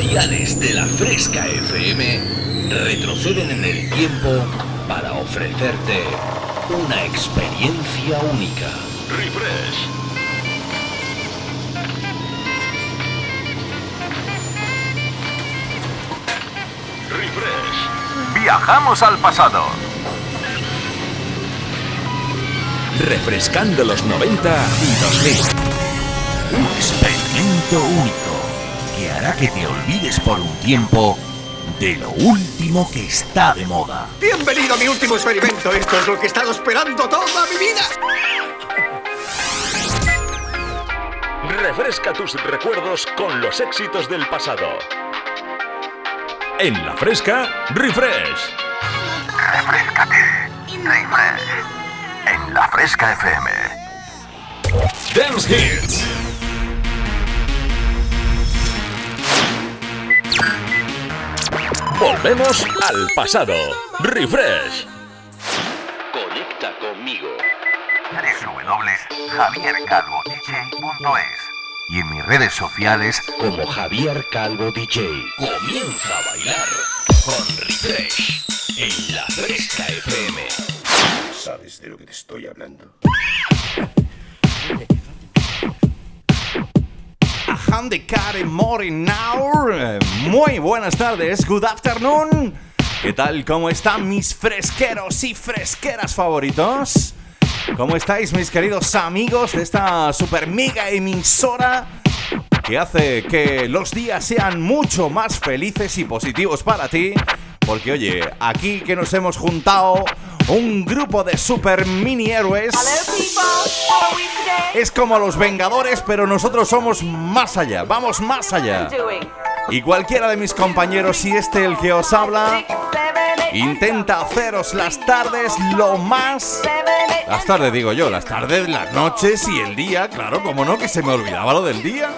diales de la Fresca FM retroceden en el tiempo para ofrecerte una experiencia única. Refresh. Refresh. Viajamos al pasado. Refrescando los 90 y 2000. Un experimento único que hará que te olvides por un tiempo de lo último que está de moda. Bienvenido a mi último experimento. Esto es lo que he estado esperando toda mi vida. Refresca tus recuerdos con los éxitos del pasado. En La Fresca, Refresh. Refrescate. Refresh. En La Fresca FM. Dance Hits. Volvemos al pasado. Refresh. Conecta conmigo. www.javiercalvodj.es y en mis redes sociales Como Javier Calvo DJ. Comienza a bailar con Refresh en La Fresca FM. ¿Sabes de lo que te estoy hablando? Handicare Morning Hour. Muy buenas tardes, good afternoon. ¿Qué tal? ¿Cómo están mis fresqueros y fresqueras favoritos? ¿Cómo estáis mis queridos amigos de esta super mega emisora que hace que los días sean mucho más felices y positivos para ti? Porque oye, aquí que nos hemos juntado un grupo de super mini héroes. Es como los Vengadores, pero nosotros somos más allá, vamos más allá. Y cualquiera de mis compañeros, y el que os habla, intenta haceros las tardes lo más... Las tardes digo yo, las tardes, las noches y el día, claro, como no, que se me olvidaba lo del día.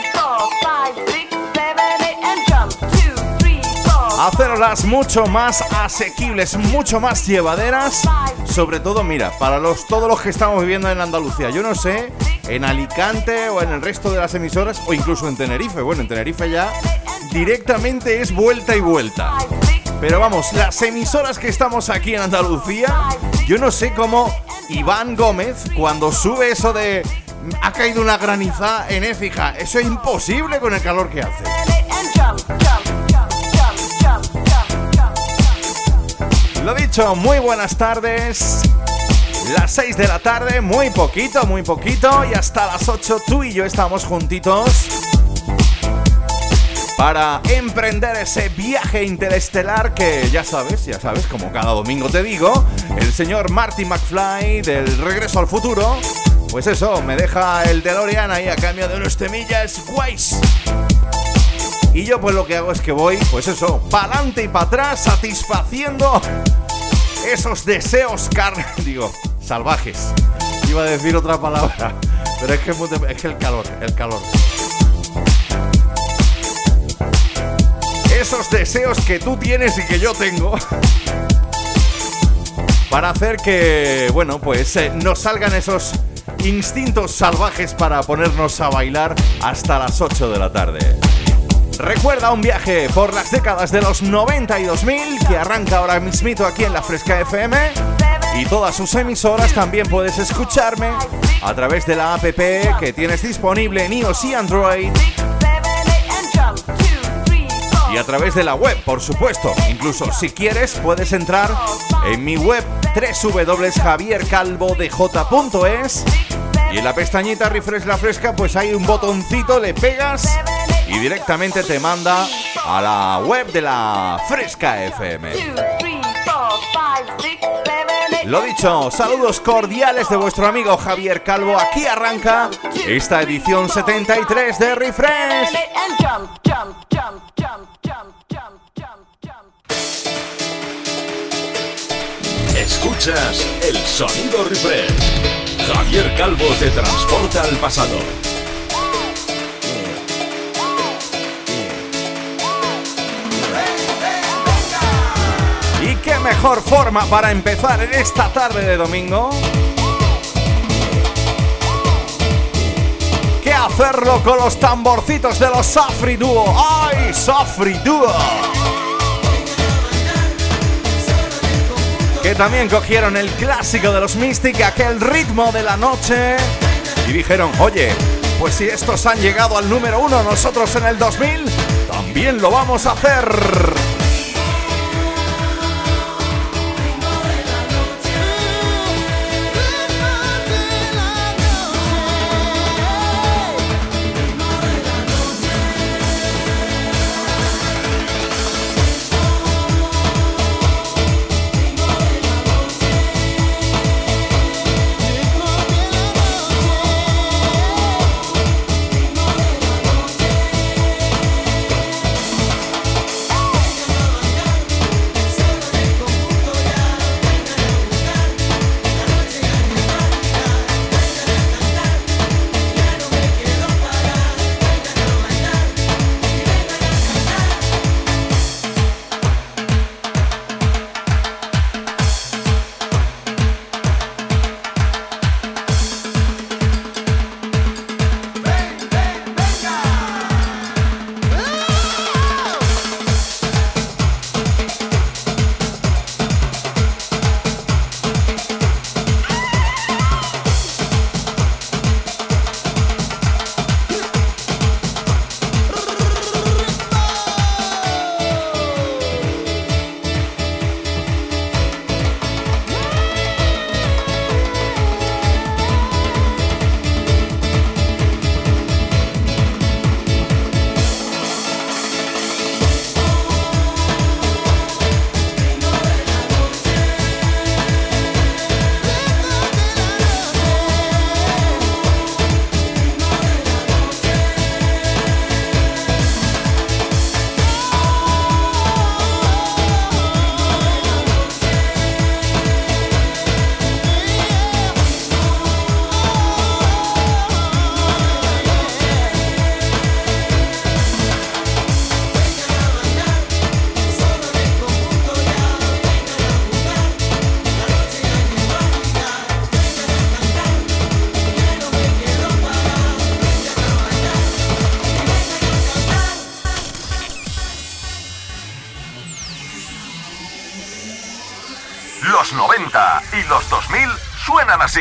Hacerlas mucho más asequibles, mucho más llevaderas. Sobre todo, mira, para todos los que estamos viviendo en Andalucía. Yo no sé, en Alicante o en el resto de las emisoras, o incluso en Tenerife. Bueno, en Tenerife ya directamente es vuelta y vuelta. Pero vamos, las emisoras que estamos aquí en Andalucía, yo no sé cómo Iván Gómez, cuando sube eso de ha caído una granizada en Écija, eso es imposible con el calor que hace. Lo dicho, muy buenas tardes. Las 6 de la tarde, muy poquito, y hasta las 8 tú y yo estamos juntitos para emprender ese viaje interestelar que ya sabes, como cada domingo te digo, el señor Marty McFly del Regreso al Futuro, pues eso, me deja el DeLorean ahí a cambio de unos temillas guays. Y yo pues lo que hago es que voy, pues eso, para adelante y para atrás, satisfaciendo esos deseos salvajes. Iba a decir otra palabra, pero es que el calor. Esos deseos que tú tienes y que yo tengo para hacer que, bueno, pues nos salgan esos instintos salvajes para ponernos a bailar hasta las 8 de la tarde. Recuerda un viaje por las décadas de los 90 y 2000 que arranca ahora mismito aquí en La Fresca FM y todas sus emisoras. También puedes escucharme a través de la app que tienes disponible en iOS y Android y a través de la web, por supuesto. Incluso si quieres puedes entrar en mi web www.javiercalvodj.es y en la pestañita Refresh La Fresca pues hay un botoncito, le pegas y directamente te manda a la web de La Fresca FM. Lo dicho, saludos cordiales de vuestro amigo Javier Calvo. Aquí arranca esta edición 73 de Refresh. Escuchas el sonido Refresh. Javier Calvo te transporta al pasado. ¿Y qué mejor forma para empezar en esta tarde de domingo que hacerlo con los tamborcitos de los Afri Duo? ¡Ay, Sofri Duo, que también cogieron el clásico de los Mystic, aquel ritmo de la noche, y dijeron, oye, pues si estos han llegado al número 1, nosotros en el 2000 también lo vamos a hacer. Los 90 y los 2000 suenan así.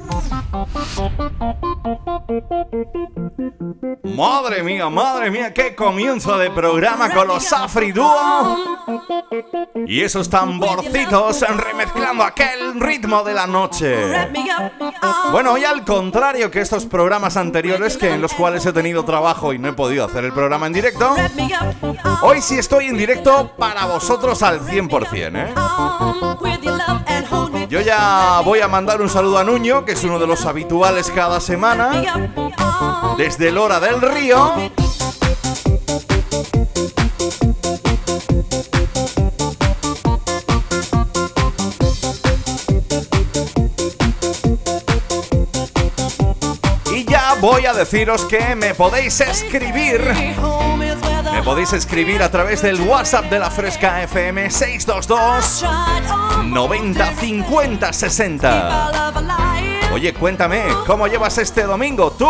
Madre mía, qué comienzo de programa con los Sofri Duo y esos tamborcitos remezclando aquel ritmo de la noche. Bueno, hoy al contrario que estos programas anteriores, que en los cuales he tenido trabajo y no he podido hacer el programa en directo, hoy sí estoy en directo para vosotros al 100%, ¿eh? Yo ya voy a mandar un saludo a Nuño, que es uno de los habituales cada semana, desde Lora del Río. Y ya voy a deciros que me podéis escribir. Me podéis escribir a través del WhatsApp de la Fresca FM 622 90 50 60. Oye, cuéntame, ¿cómo llevas este domingo tú?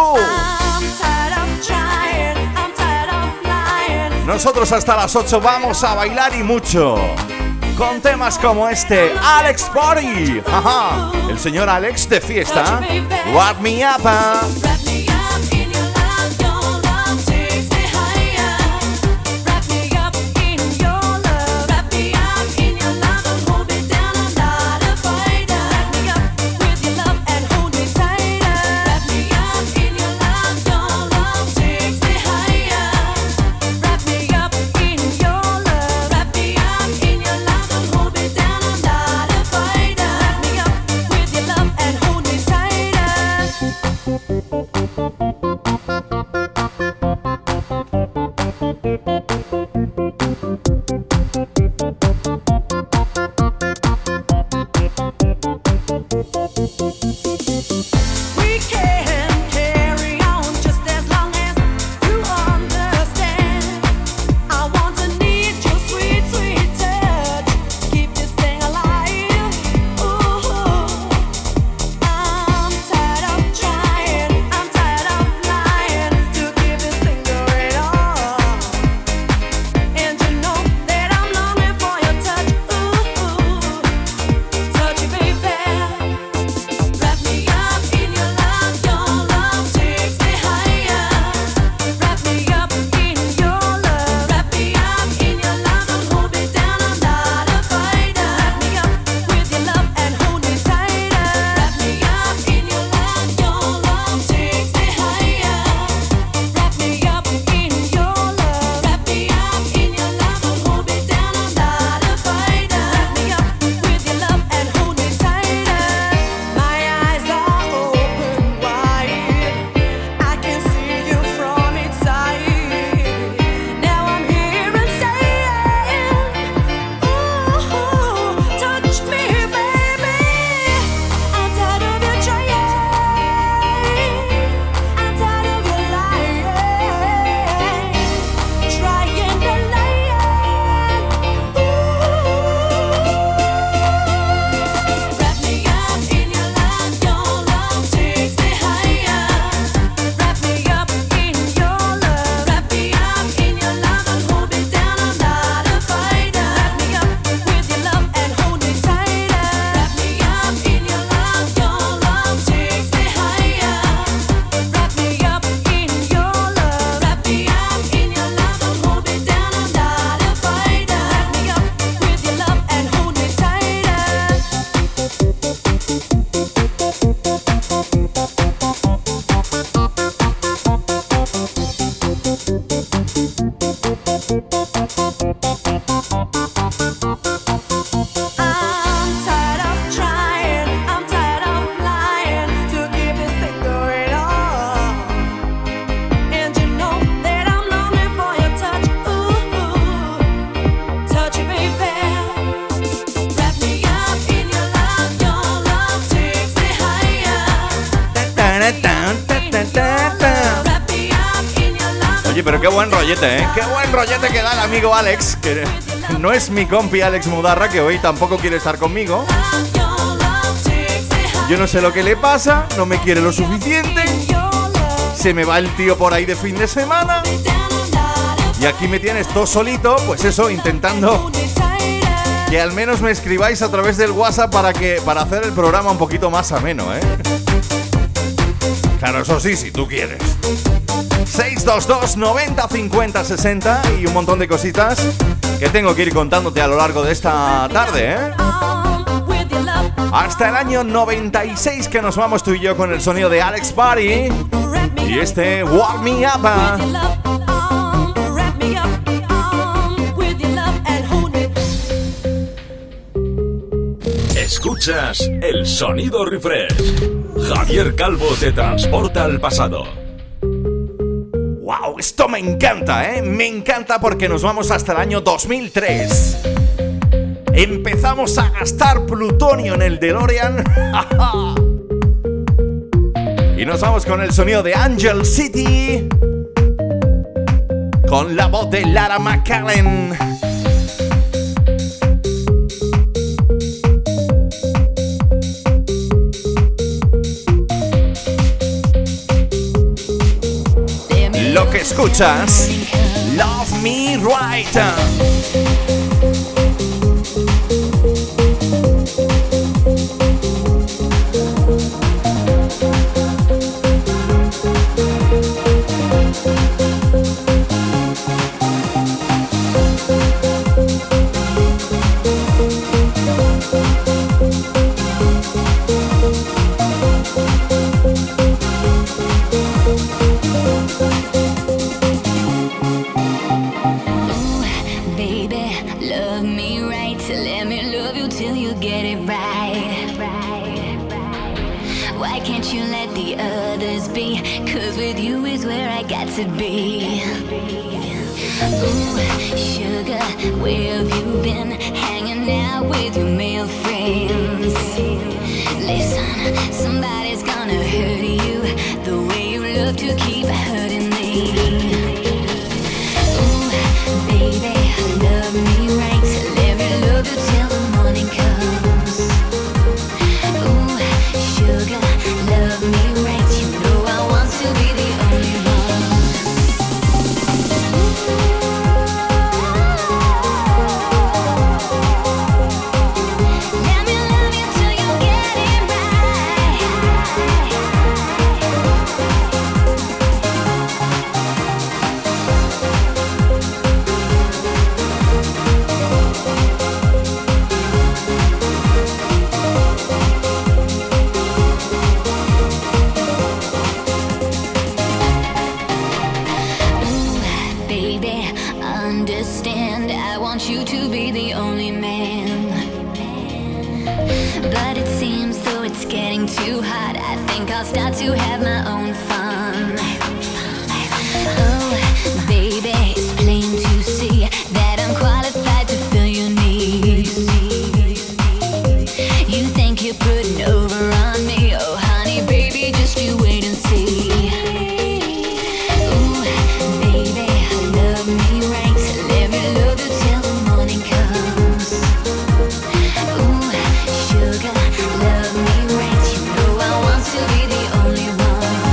Nosotros hasta las 8 vamos a bailar y mucho, con temas como este, Alex Body. Ajá, el señor Alex de fiesta. Wrap Me Up. pero qué buen rollete, ¿eh? Qué buen rollete que da el amigo Alex, que no es mi compi Alex Mudarra, que hoy tampoco quiere estar conmigo. Yo no sé lo que le pasa, no me quiere lo suficiente. Se me va el tío por ahí de fin de semana. Y aquí me tienes todo solito, pues eso, intentando que al menos me escribáis a través del WhatsApp para hacer el programa un poquito más ameno, ¿eh? Claro, eso sí, si tú quieres. 622 90 50 60 y un montón de cositas que tengo que ir contándote a lo largo de esta tarde, ¿eh? Hasta el año 96 que nos vamos tú y yo con el sonido de Alex Party y este Warm Me Up. Escuchas el sonido refresh. Javier Calvo te transporta al pasado. ¡Wow! Esto me encanta, ¿eh? Me encanta porque nos vamos hasta el año 2003. Empezamos a gastar plutonio en el DeLorean. Y nos vamos con el sonido de Angel City, con la voz de Lara McAllen. Lo que escuchas, Love Me Right. To be. Ooh, sugar, where have you been? Hanging out with your male friends. Listen, somebody's gonna hurt you the way you love to keep hurting me. Ooh, baby, love me right. Let me love you till the morning comes. Ooh, sugar, love me right. You know I want to be the only one. Too hot, I think I'll start to have my own fun. Oh, baby, it's plain to see that I'm qualified to fill your needs. You think you're putting over on me? Oh, honey, baby, just you wait and see. Ooh, baby, love me right. Let me love you till the morning comes. Ooh, sugar, love me right. To be the only one.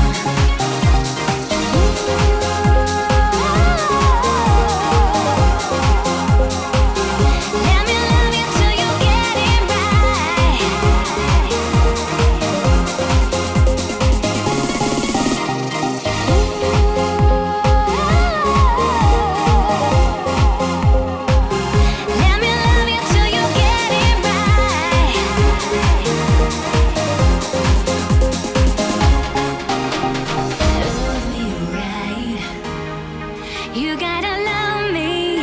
Let me love you till you get it right. Let me love you till you get it right. You gotta love me.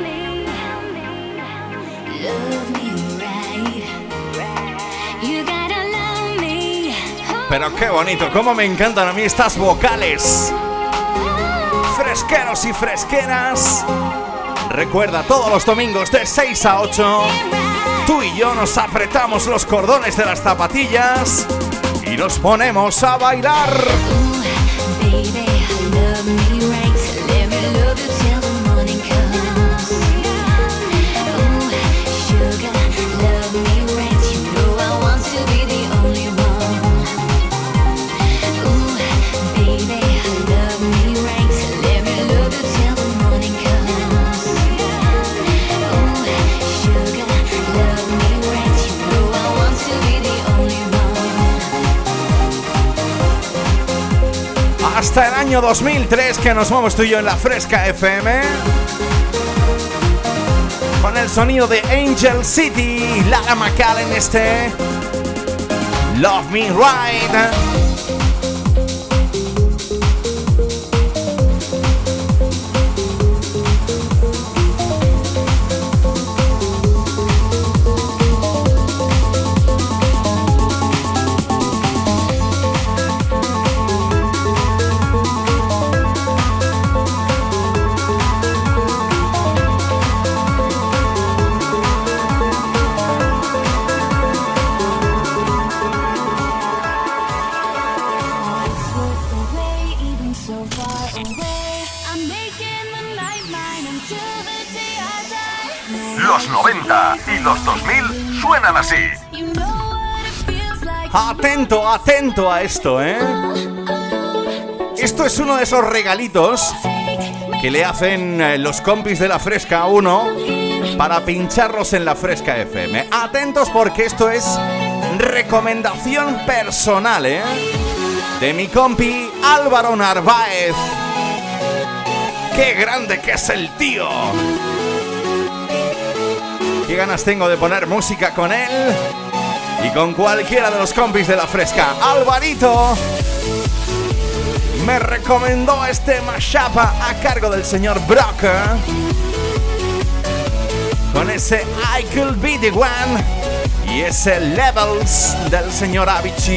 Love me right. You gotta love me. Pero qué bonito, cómo me encantan a mí estas vocales. Fresqueros y fresqueras. Recuerda, todos los domingos de 6 a 8, tú y yo nos apretamos los cordones de las zapatillas y nos ponemos a bailar. Baby, love me right. Let me año 2003 que nos vamos tú y yo en la Fresca FM. Con el sonido de Angel City, Lara McAllen, Love Me Right. Los 90 y los 2000 suenan así. Atento, atento a esto, ¿eh? Esto es uno de esos regalitos que le hacen los compis de la Fresca a uno para pincharlos en la Fresca FM. Atentos porque esto es recomendación personal, ¿eh? De mi compi Álvaro Narváez. ¡Qué grande que es el tío! Qué ganas tengo de poner música con él y con cualquiera de los compis de la Fresca. Alvarito me recomendó este mashup a cargo del señor Brock, con ese I Could Be The One y ese Levels del señor Avicii.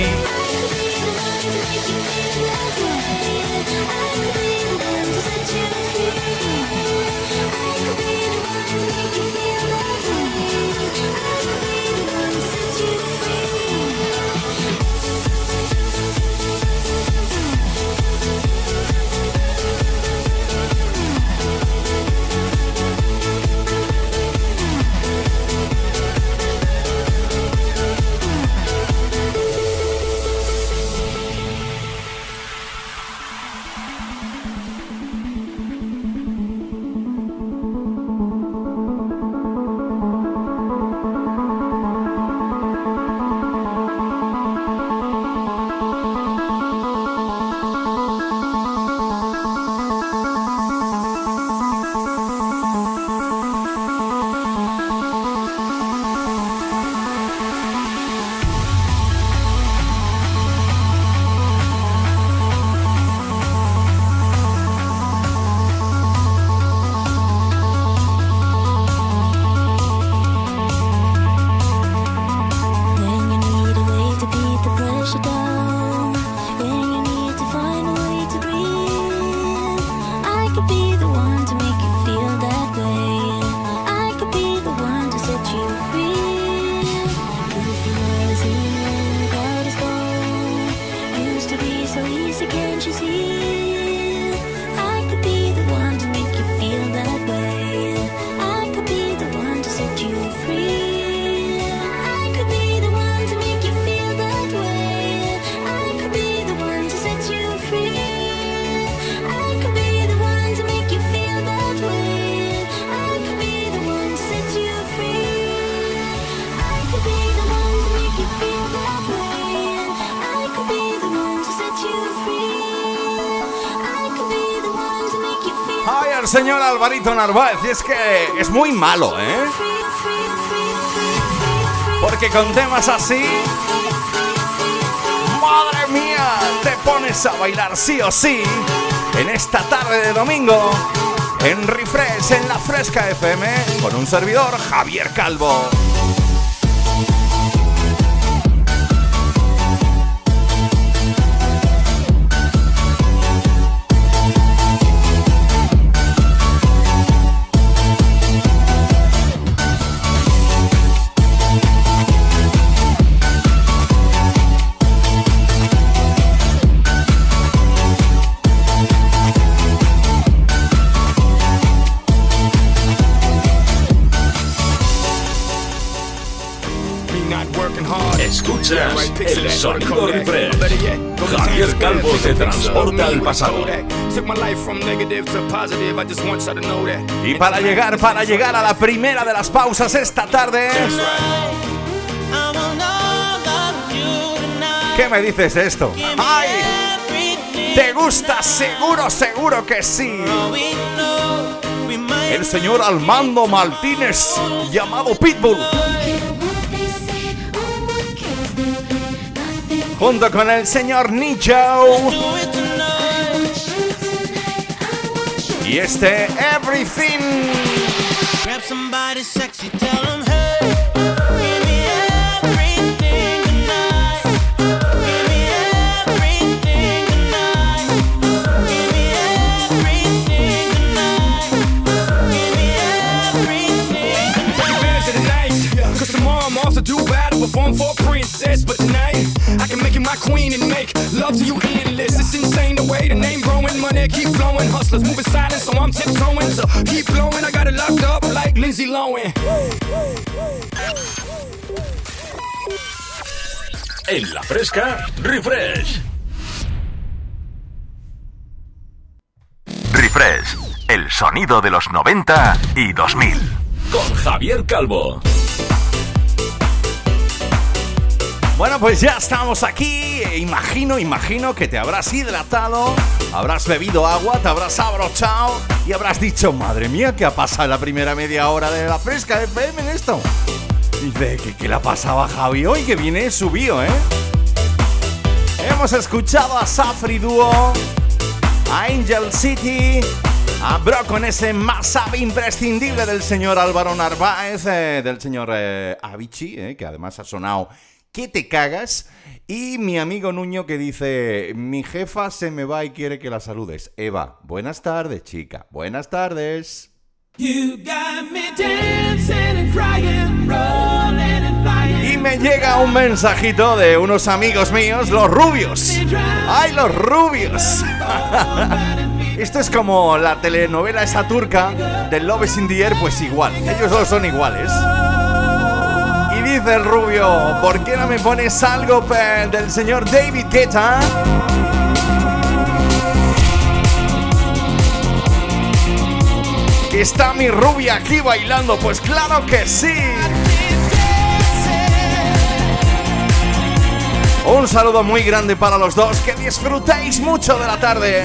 Señor Alvarito Narváez, y es que es muy malo, ¿eh? Porque con temas así, madre mía, te pones a bailar sí o sí en esta tarde de domingo en Refresh, en la Fresca FM, con un servidor, Javier Calvo. Escuchas el sonido refresh. Javier Calvo te transporta al pasado. Y para llegar a la primera de las pausas esta tarde, ¿qué me dices de esto? ¡Ay! ¿Te gusta? Seguro, seguro que sí. El señor Armando Martínez, llamado Pitbull, junto con el señor Nijo y este Everything. Grab somebody sexy, tell them, hey, give me everything tonight. Give me everything tonight. Give me everything tonight. Give me everything tonight. Take advantage of the night, cause tomorrow I'm off to do battle, perform for a princess. But tonight, I can make you my queen and make love to you endless. It's insane the way the name growing, money keep flowing. Hustlers moving silent, so I'm tiptoeing. So keep blowing, I got it locked up like Lindsay Lohan. En La Fresca, Refresh. Refresh, el sonido de los 90 y 2000. Con Javier Calvo. Bueno, pues ya estamos aquí. Imagino que te habrás hidratado, habrás bebido agua, te habrás abrochado y habrás dicho, madre mía, ¿qué ha pasado en la primera media hora de La Fresca FM en esto? Dice, ¿qué le ha pasado a Javi hoy? Que viene subido, ¿eh? Hemos escuchado a Safri Duo, a Angel City, a Bro con ese mashup imprescindible del señor Álvaro Narváez, del señor Avicii, que además ha sonado que te cagas. Y mi amigo Nuño que dice, mi jefa se me va y quiere que la saludes. Eva, buenas tardes, chica, buenas tardes. You got me dancing and crying, rolling and flying. Y me llega un mensajito de unos amigos míos, los rubios. ¡Ay, los rubios! Esto es como la telenovela esa turca de Love is in the Air, pues igual. Ellos dos son iguales. Y dice el rubio, ¿por qué no me pones algo del señor David Guetta? ¿Está mi rubia aquí bailando? Pues claro que sí. Un saludo muy grande para los dos, que disfrutéis mucho de la tarde.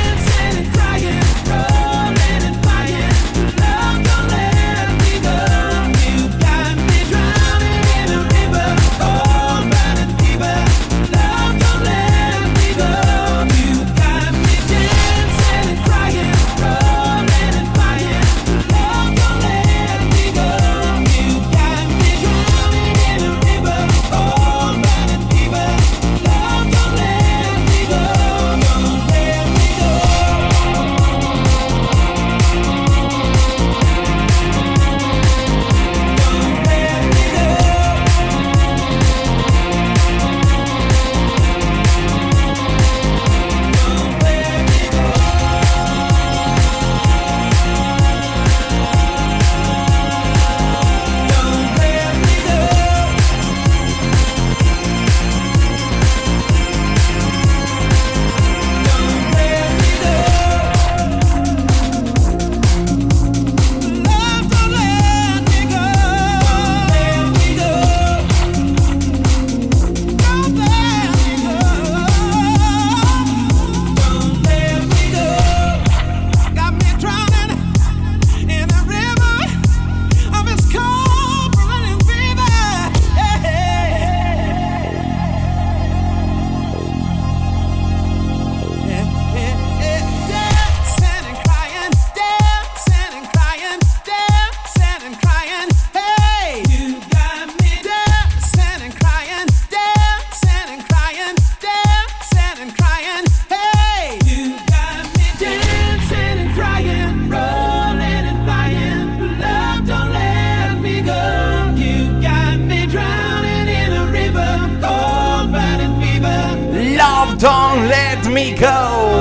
Don't Let Me Go.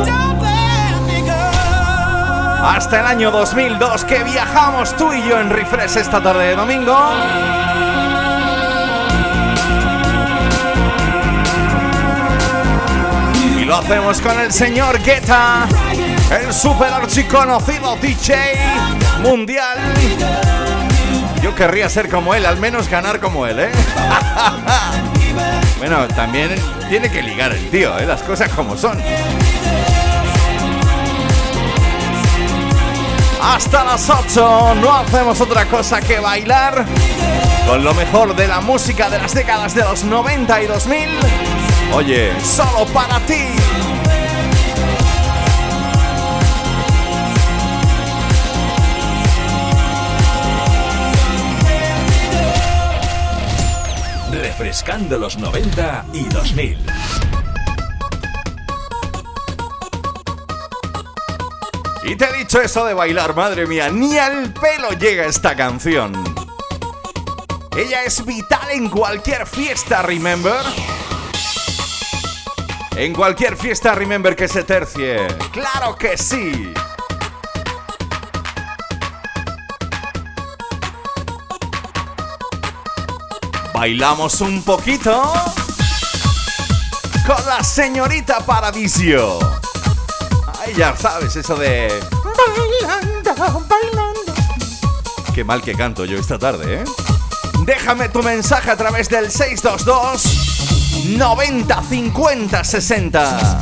Hasta el año 2002 que viajamos tú y yo en Refresh esta tarde de domingo. Y lo hacemos con el señor Guetta, el super archiconocido DJ mundial. Yo querría ser como él, al menos ganar como él, ¿eh? Bueno, también tiene que ligar el tío, las cosas como son. Hasta las 8 no hacemos otra cosa que bailar con lo mejor de la música de las décadas de los 90 y 2000. Oye, solo para ti. Refrescando los 90 y 2000. Y te he dicho eso de bailar, madre mía, ni al pelo llega esta canción. Ella es vital en cualquier fiesta, remember. En cualquier fiesta, remember, que se tercie. ¡Claro que sí! Bailamos un poquito con la señorita Paradiso. Ay, ya sabes, eso de bailando, bailando. Qué mal que canto yo esta tarde, ¿eh? Déjame tu mensaje a través del 622 90 50 60.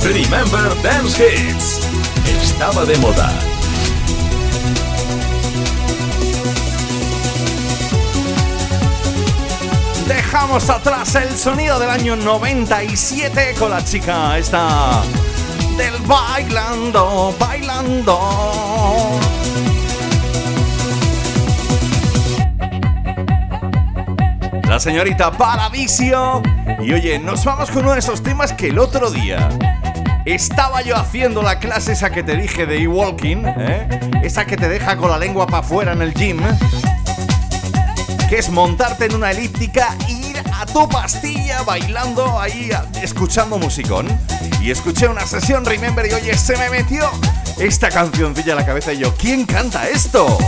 Remember Dance Hits. Estaba de moda. Dejamos atrás el sonido del año 97 con la chica esta del Bailando, Bailando. La señorita Paradiso. Y oye, nos vamos con uno de esos temas que el otro día estaba yo haciendo la clase esa que te dije de e-walking, esa que te deja con la lengua para afuera en el gym, que es montarte en una elíptica e ir a tu pastilla bailando ahí, escuchando musicón. Y escuché una sesión Remember y oye, se me metió esta cancioncilla en la cabeza y yo, ¿quién canta esto?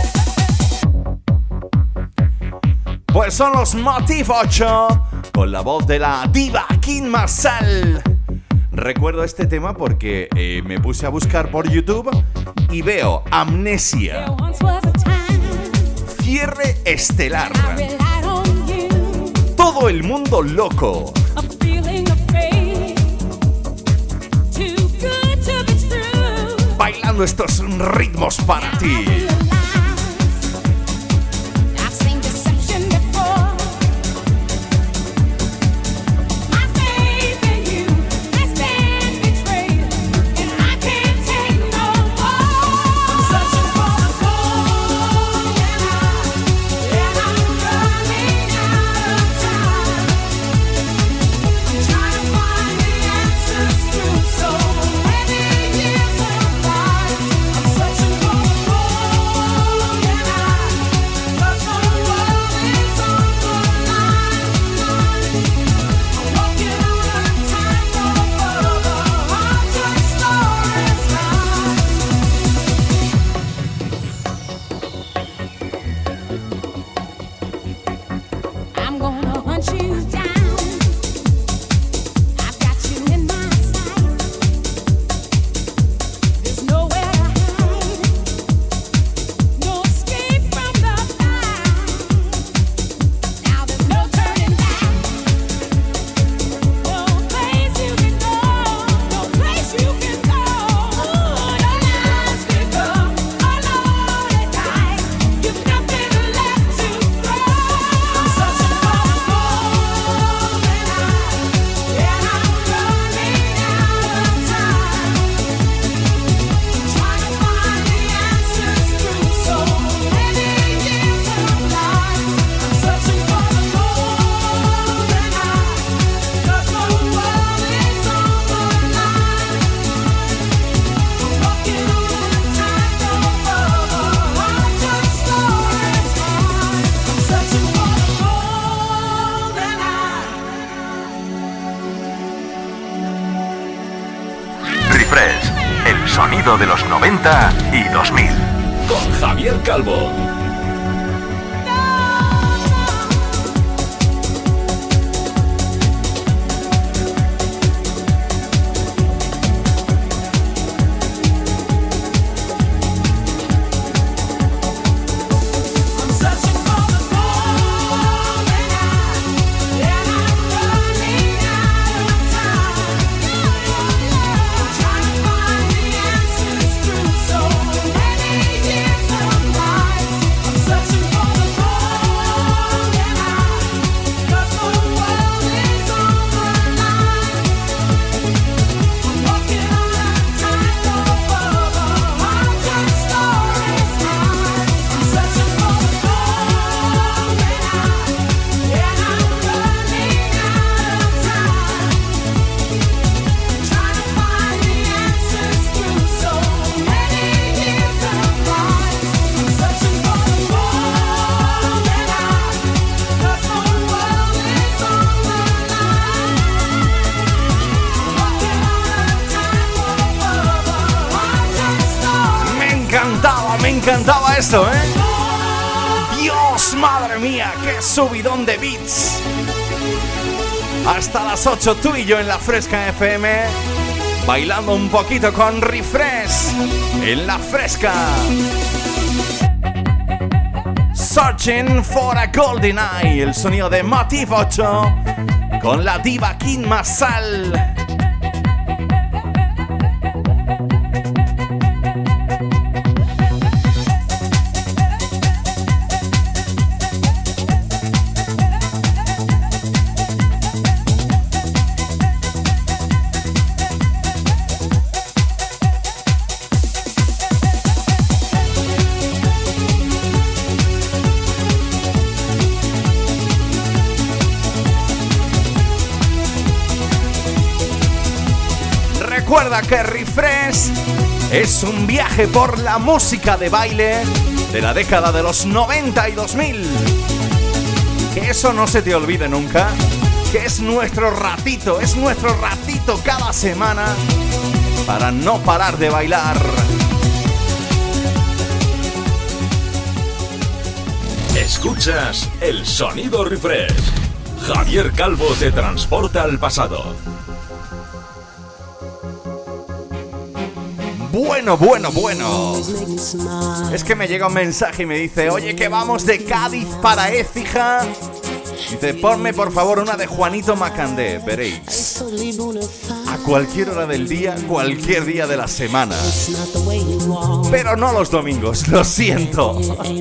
Pues son los Motif 8 con la voz de la diva Kyn Marcel. Recuerdo este tema porque me puse a buscar por YouTube y veo Amnesia, Cierre Estelar, Todo el mundo loco, bailando estos ritmos para ti. Sonido de los 90 y 2000. Con Javier Calvo. Me encantaba esto, ¿eh? Dios, madre mía, qué subidón de beats. Hasta las 8 tú y yo en la Fresca FM, bailando un poquito con Refresh en la Fresca. Searching for a Golden Eye, el sonido de Motif 8 con la diva Kyn Marcel. recuerda que Refresh es un viaje por la música de baile de la década de los 90 y 2000. Que eso no se te olvide nunca, que es nuestro ratito cada semana para no parar de bailar. Escuchas el Sonido Refresh. Javier Calvo te transporta al pasado. Bueno. Es que me llega un mensaje y me dice: oye, que vamos de Cádiz para Écija. Dice: ponme por favor una de Juanito Macandé. Veréis, a cualquier hora del día, cualquier día de la semana, pero no los domingos, lo siento.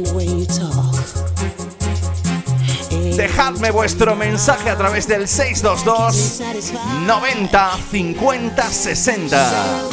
Dejadme vuestro mensaje a través del 622 90 50 60.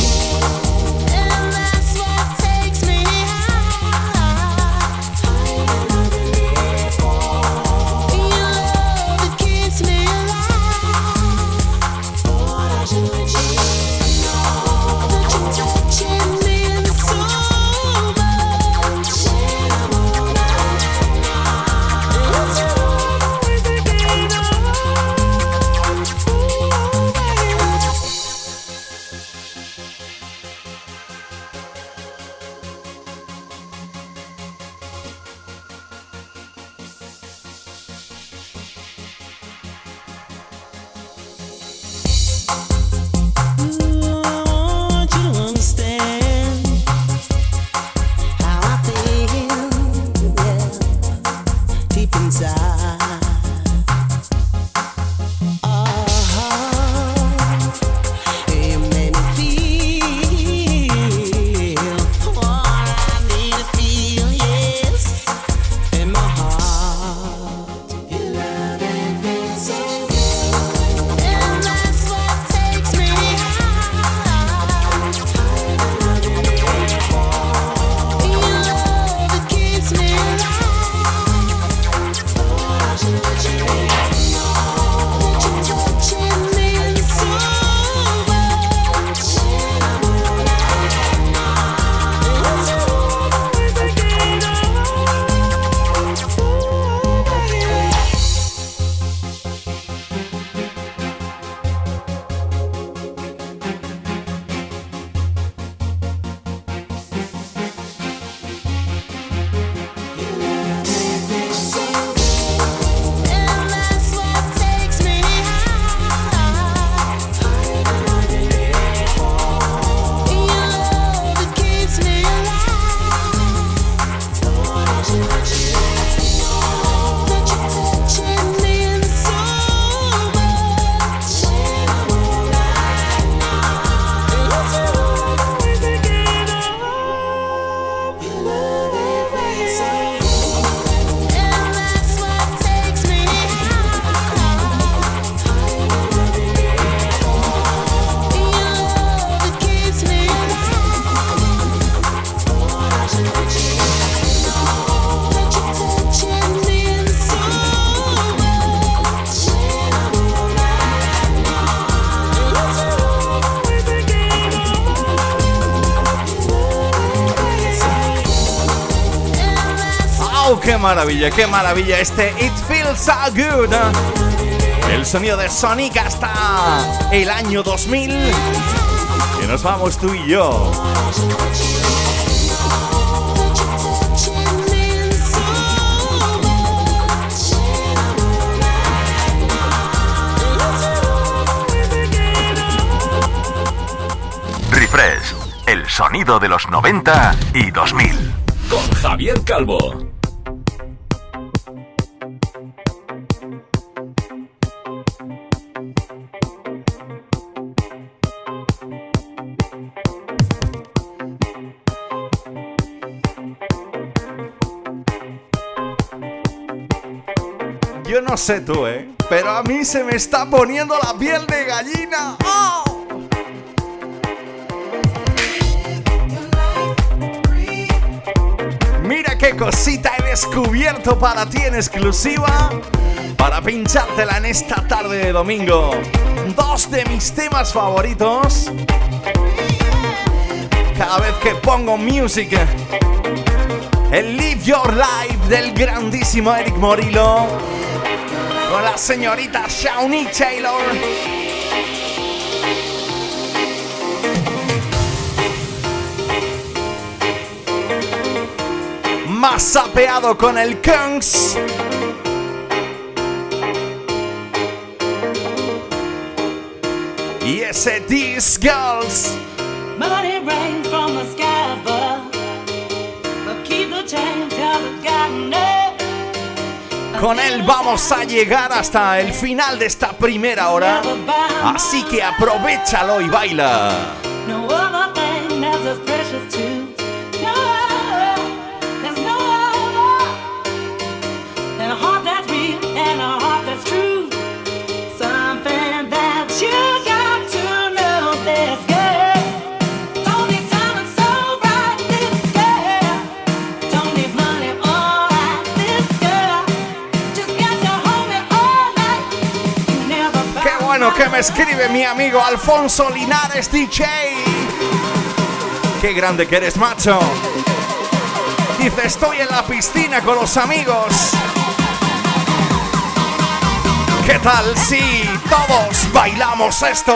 ¡Qué maravilla! Este It Feels So Good. El sonido de Sonic hasta el año 2000. Que nos vamos tú y yo. Refresh, el sonido de los 90 y 2000. Con Javier Calvo. Yo no sé tú, pero a mí se me está poniendo la piel de gallina. ¡Oh! Mira qué cosita he descubierto para ti en exclusiva, para pinchártela en esta tarde de domingo. Dos de mis temas favoritos cada vez que pongo music. El Live Your Life del grandísimo Eric Morillo con la señorita Shawnee Taylor. Más sapeado con el Kungs. Y ese These Girls. Money rains from the sky, but keep the change, 'cause it's got no. Con él vamos a llegar hasta el final de esta primera hora. Así que aprovechalo y baila. No other thing that's as precious to. No, there's no other than a heart that's real and a heart that's true. Something that you got to know. This girl don't need diamonds so bright. This girl don't need money all right. This girl just got to hold me all night. You never buy. Qué bueno que me escribe mi amigo Alfonso Linares DJ. Qué grande que eres, macho. Dice, estoy en la piscina con los amigos. ¿Qué tal si todos bailamos esto?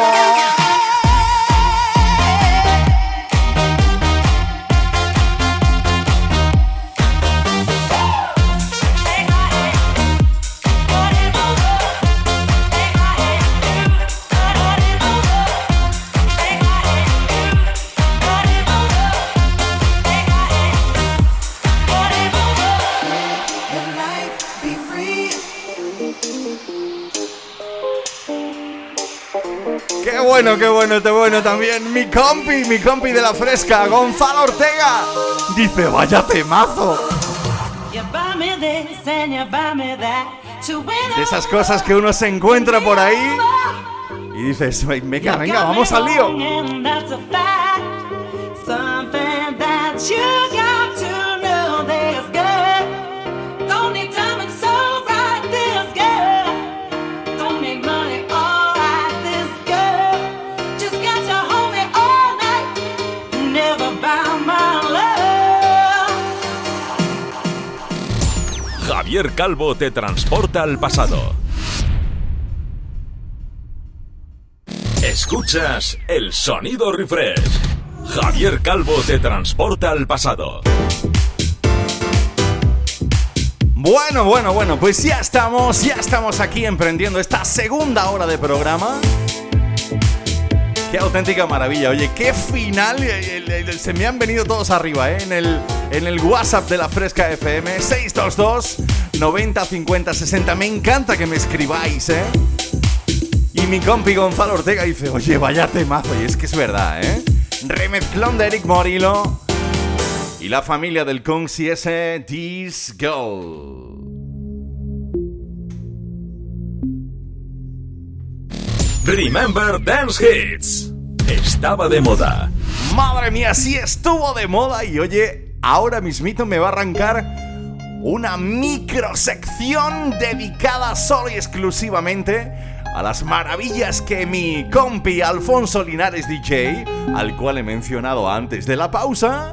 Qué bueno también mi compi de la fresca, Gonzalo Ortega. Dice, vaya temazo. De esas cosas que uno se encuentra por ahí y dices, venga, vamos al lío. Javier Calvo te transporta al pasado. Escuchas el sonido refresh. Javier Calvo te transporta al pasado. Bueno, pues ya estamos aquí emprendiendo esta segunda hora de programa. Qué auténtica maravilla, oye, qué final. Se me han venido todos arriba, en el WhatsApp de la Fresca FM, 622 90 50 60. Me encanta que me escribáis, Y mi compi Gonzalo Ortega dice, oye, vaya temazo. Y es que es verdad, remezclón de Eric Morillo y la familia del Kungs y ese This Girl. Remember Dance Hits. Estaba de moda. Madre mía, sí estuvo de moda. Y oye, ahora mismito me va a arrancar una microsección dedicada solo y exclusivamente a las maravillas que mi compi Alfonso Linares DJ, al cual he mencionado antes de la pausa,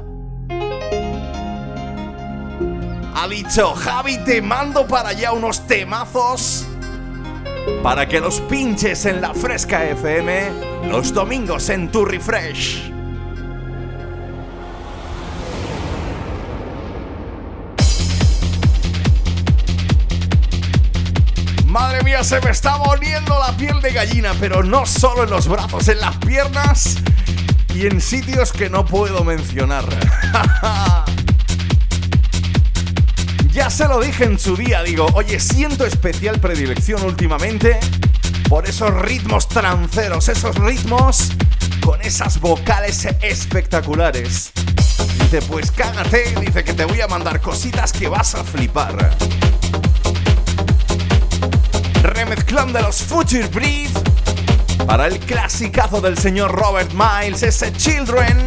ha dicho, Javi, te mando para allá unos temazos para que los pinches en la Fresca FM los domingos en tu refresh. Madre mía, se me está poniendo la piel de gallina, pero no solo en los brazos, en las piernas y en sitios que no puedo mencionar. Ya se lo dije en su día, digo, oye, siento especial predilección últimamente por esos ritmos tranceros, esos ritmos con esas vocales espectaculares. Dice, pues cágate, dice que te voy a mandar cositas que vas a flipar. Remezclón de los Future Breathe para el clasicazo del señor Robert Miles, ese Children.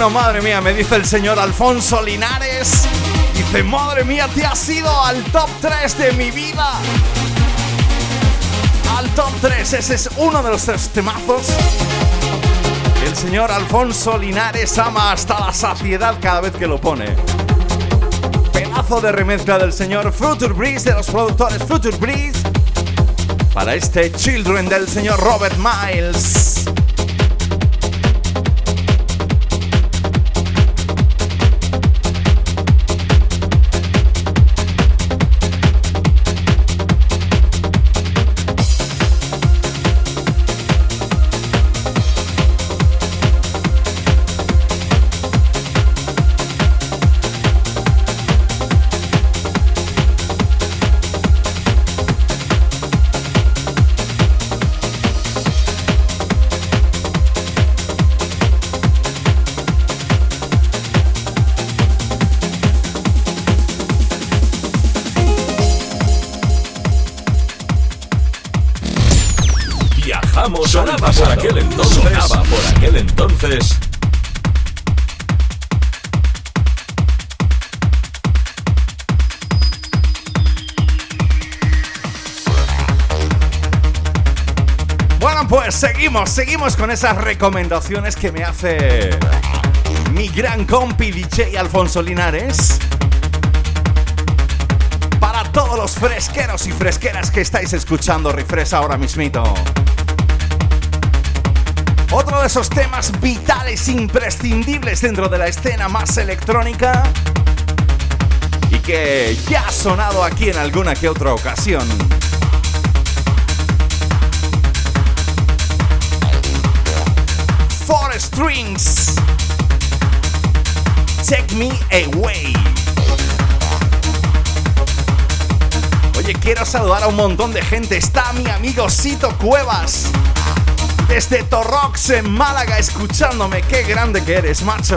Bueno, madre mía, me dice el señor Alfonso Linares. Dice, madre mía, te has ido al top 3 de mi vida. Al top 3, ese es uno de los 3 temazos que el señor Alfonso Linares ama hasta la saciedad cada vez que lo pone. Pedazo de remezcla del señor Future Breeze, de los productores Future Breeze, para este Children del señor Robert Miles. Sonaba por aquel entonces. Bueno, pues seguimos con esas recomendaciones que me hace mi gran compi DJ Alfonso Linares. Para todos los fresqueros y fresqueras que estáis escuchando Refresh ahora mismito. Otro de esos temas vitales, imprescindibles dentro de la escena más electrónica y que ya ha sonado aquí en alguna que otra ocasión. Four Strings, Take Me Away. Oye, quiero saludar a un montón de gente. Está mi amigo Sito Cuevas, desde Torrox en Málaga, escuchándome. Qué grande que eres, macho.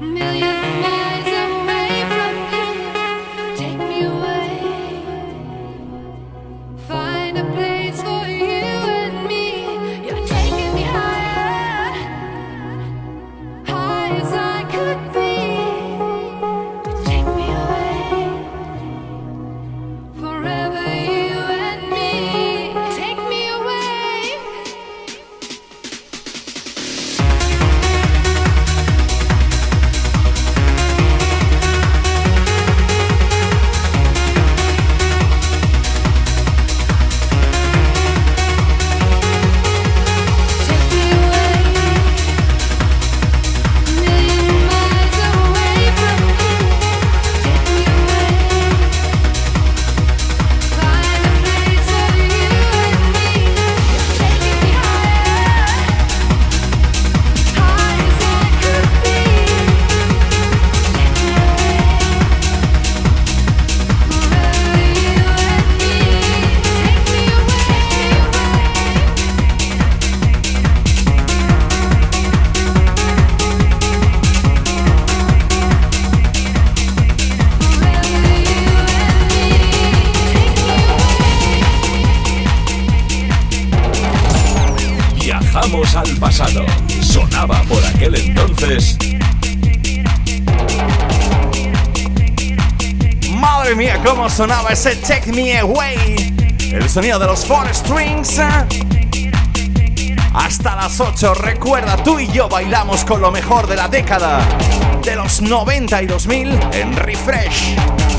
Viajamos al pasado. Sonaba por aquel entonces. Madre mía, cómo sonaba ese Take Me Away. El sonido de los Four Strings. Hasta las 8, recuerda, tú y yo bailamos con lo mejor de la década de los 90 y 2000 en Refresh.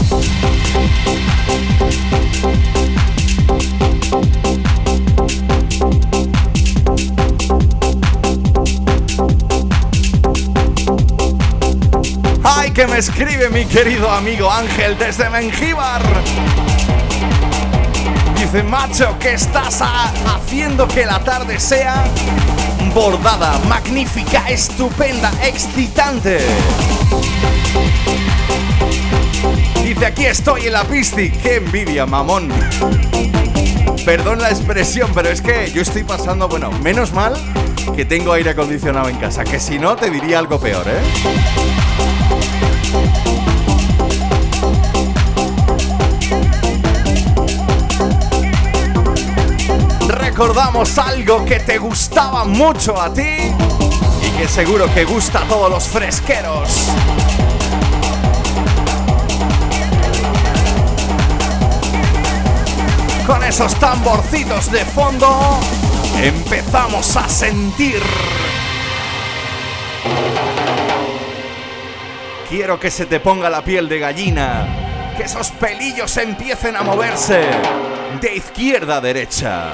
¡Ay, que me escribe mi querido amigo Ángel desde Mengíbar! Dice, macho, que estás haciendo que la tarde sea bordada, magnífica, estupenda, excitante. Dice, aquí estoy en la pisti. ¡Qué envidia, mamón! Perdón la expresión, pero es que yo estoy pasando, bueno, menos mal que tengo aire acondicionado en casa, que si no te diría algo peor, ¿eh? Recordamos algo que te gustaba mucho a ti y que seguro que gusta a todos los fresqueros. Con esos tamborcitos de fondo empezamos a sentir. Quiero que se te ponga la piel de gallina, que esos pelillos empiecen a moverse de izquierda a derecha.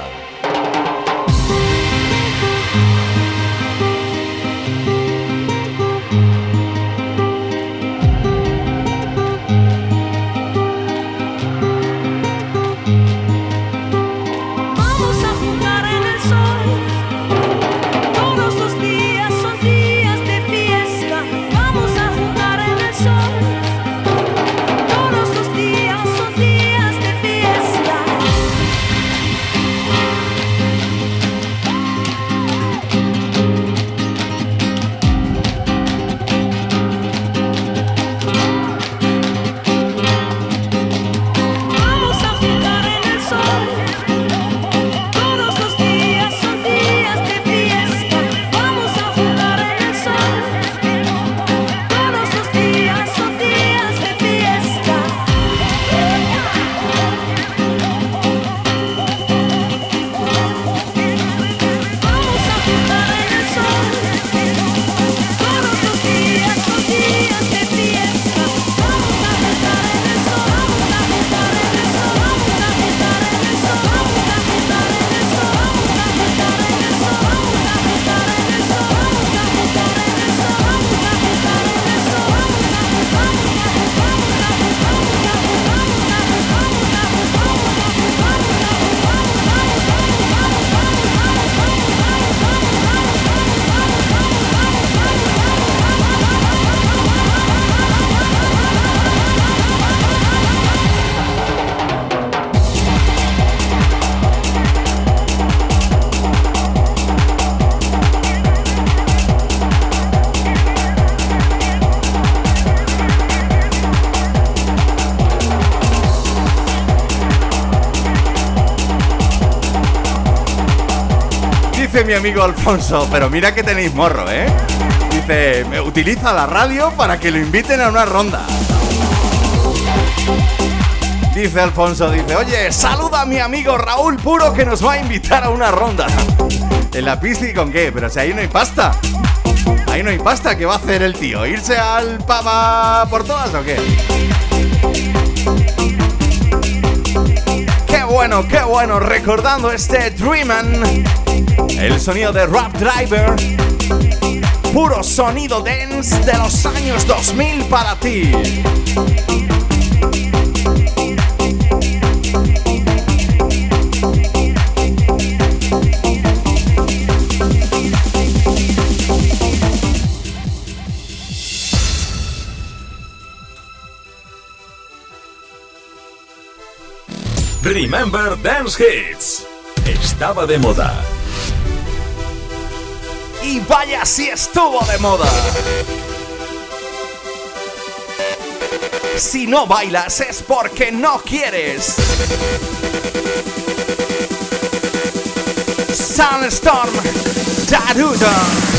Dice mi amigo Alfonso, pero mira que tenéis morro, ¿eh? Dice, me utiliza la radio para que lo inviten a una ronda. Dice Alfonso, dice, oye, saluda a mi amigo Raúl Puro que nos va a invitar a una ronda. ¿En la piscina con qué? Pero si ahí no hay pasta. Ahí no hay pasta, ¿qué va a hacer el tío? ¿Irse al pava por todas o qué? Qué bueno, recordando este Dreamin', el sonido de Rap Driver, puro sonido dance de los años 2000 para ti. Remember Dance Hits. Estaba de moda. Y vaya si estuvo de moda. Si no bailas es porque no quieres. Sunstorm, Daruda.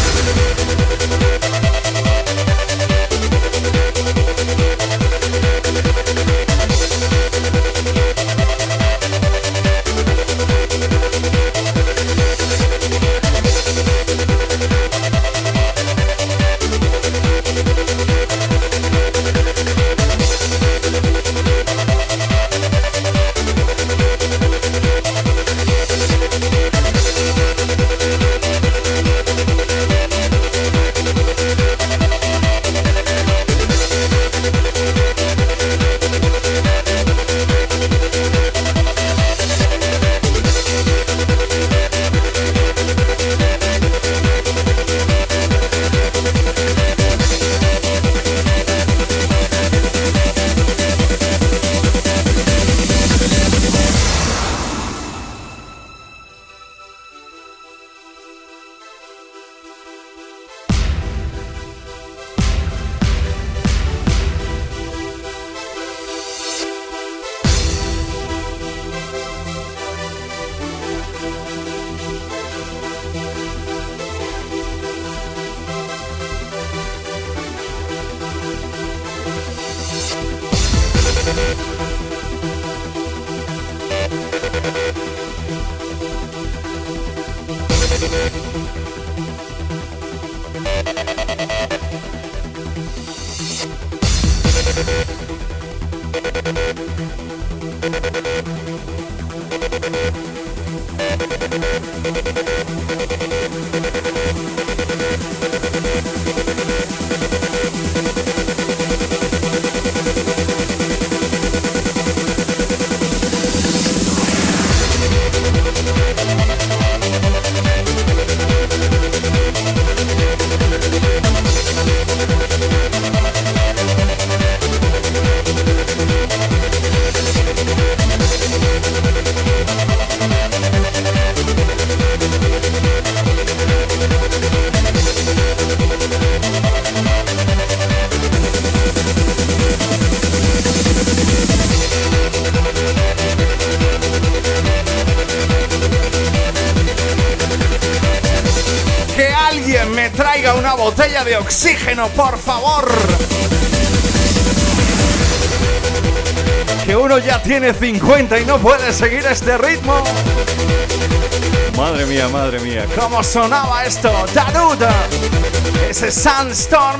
Traiga una botella de oxígeno, por favor. Que uno ya tiene 50 y no puede seguir este ritmo. Madre mía, ¿cómo sonaba esto? Daruda, ese Sunstorm,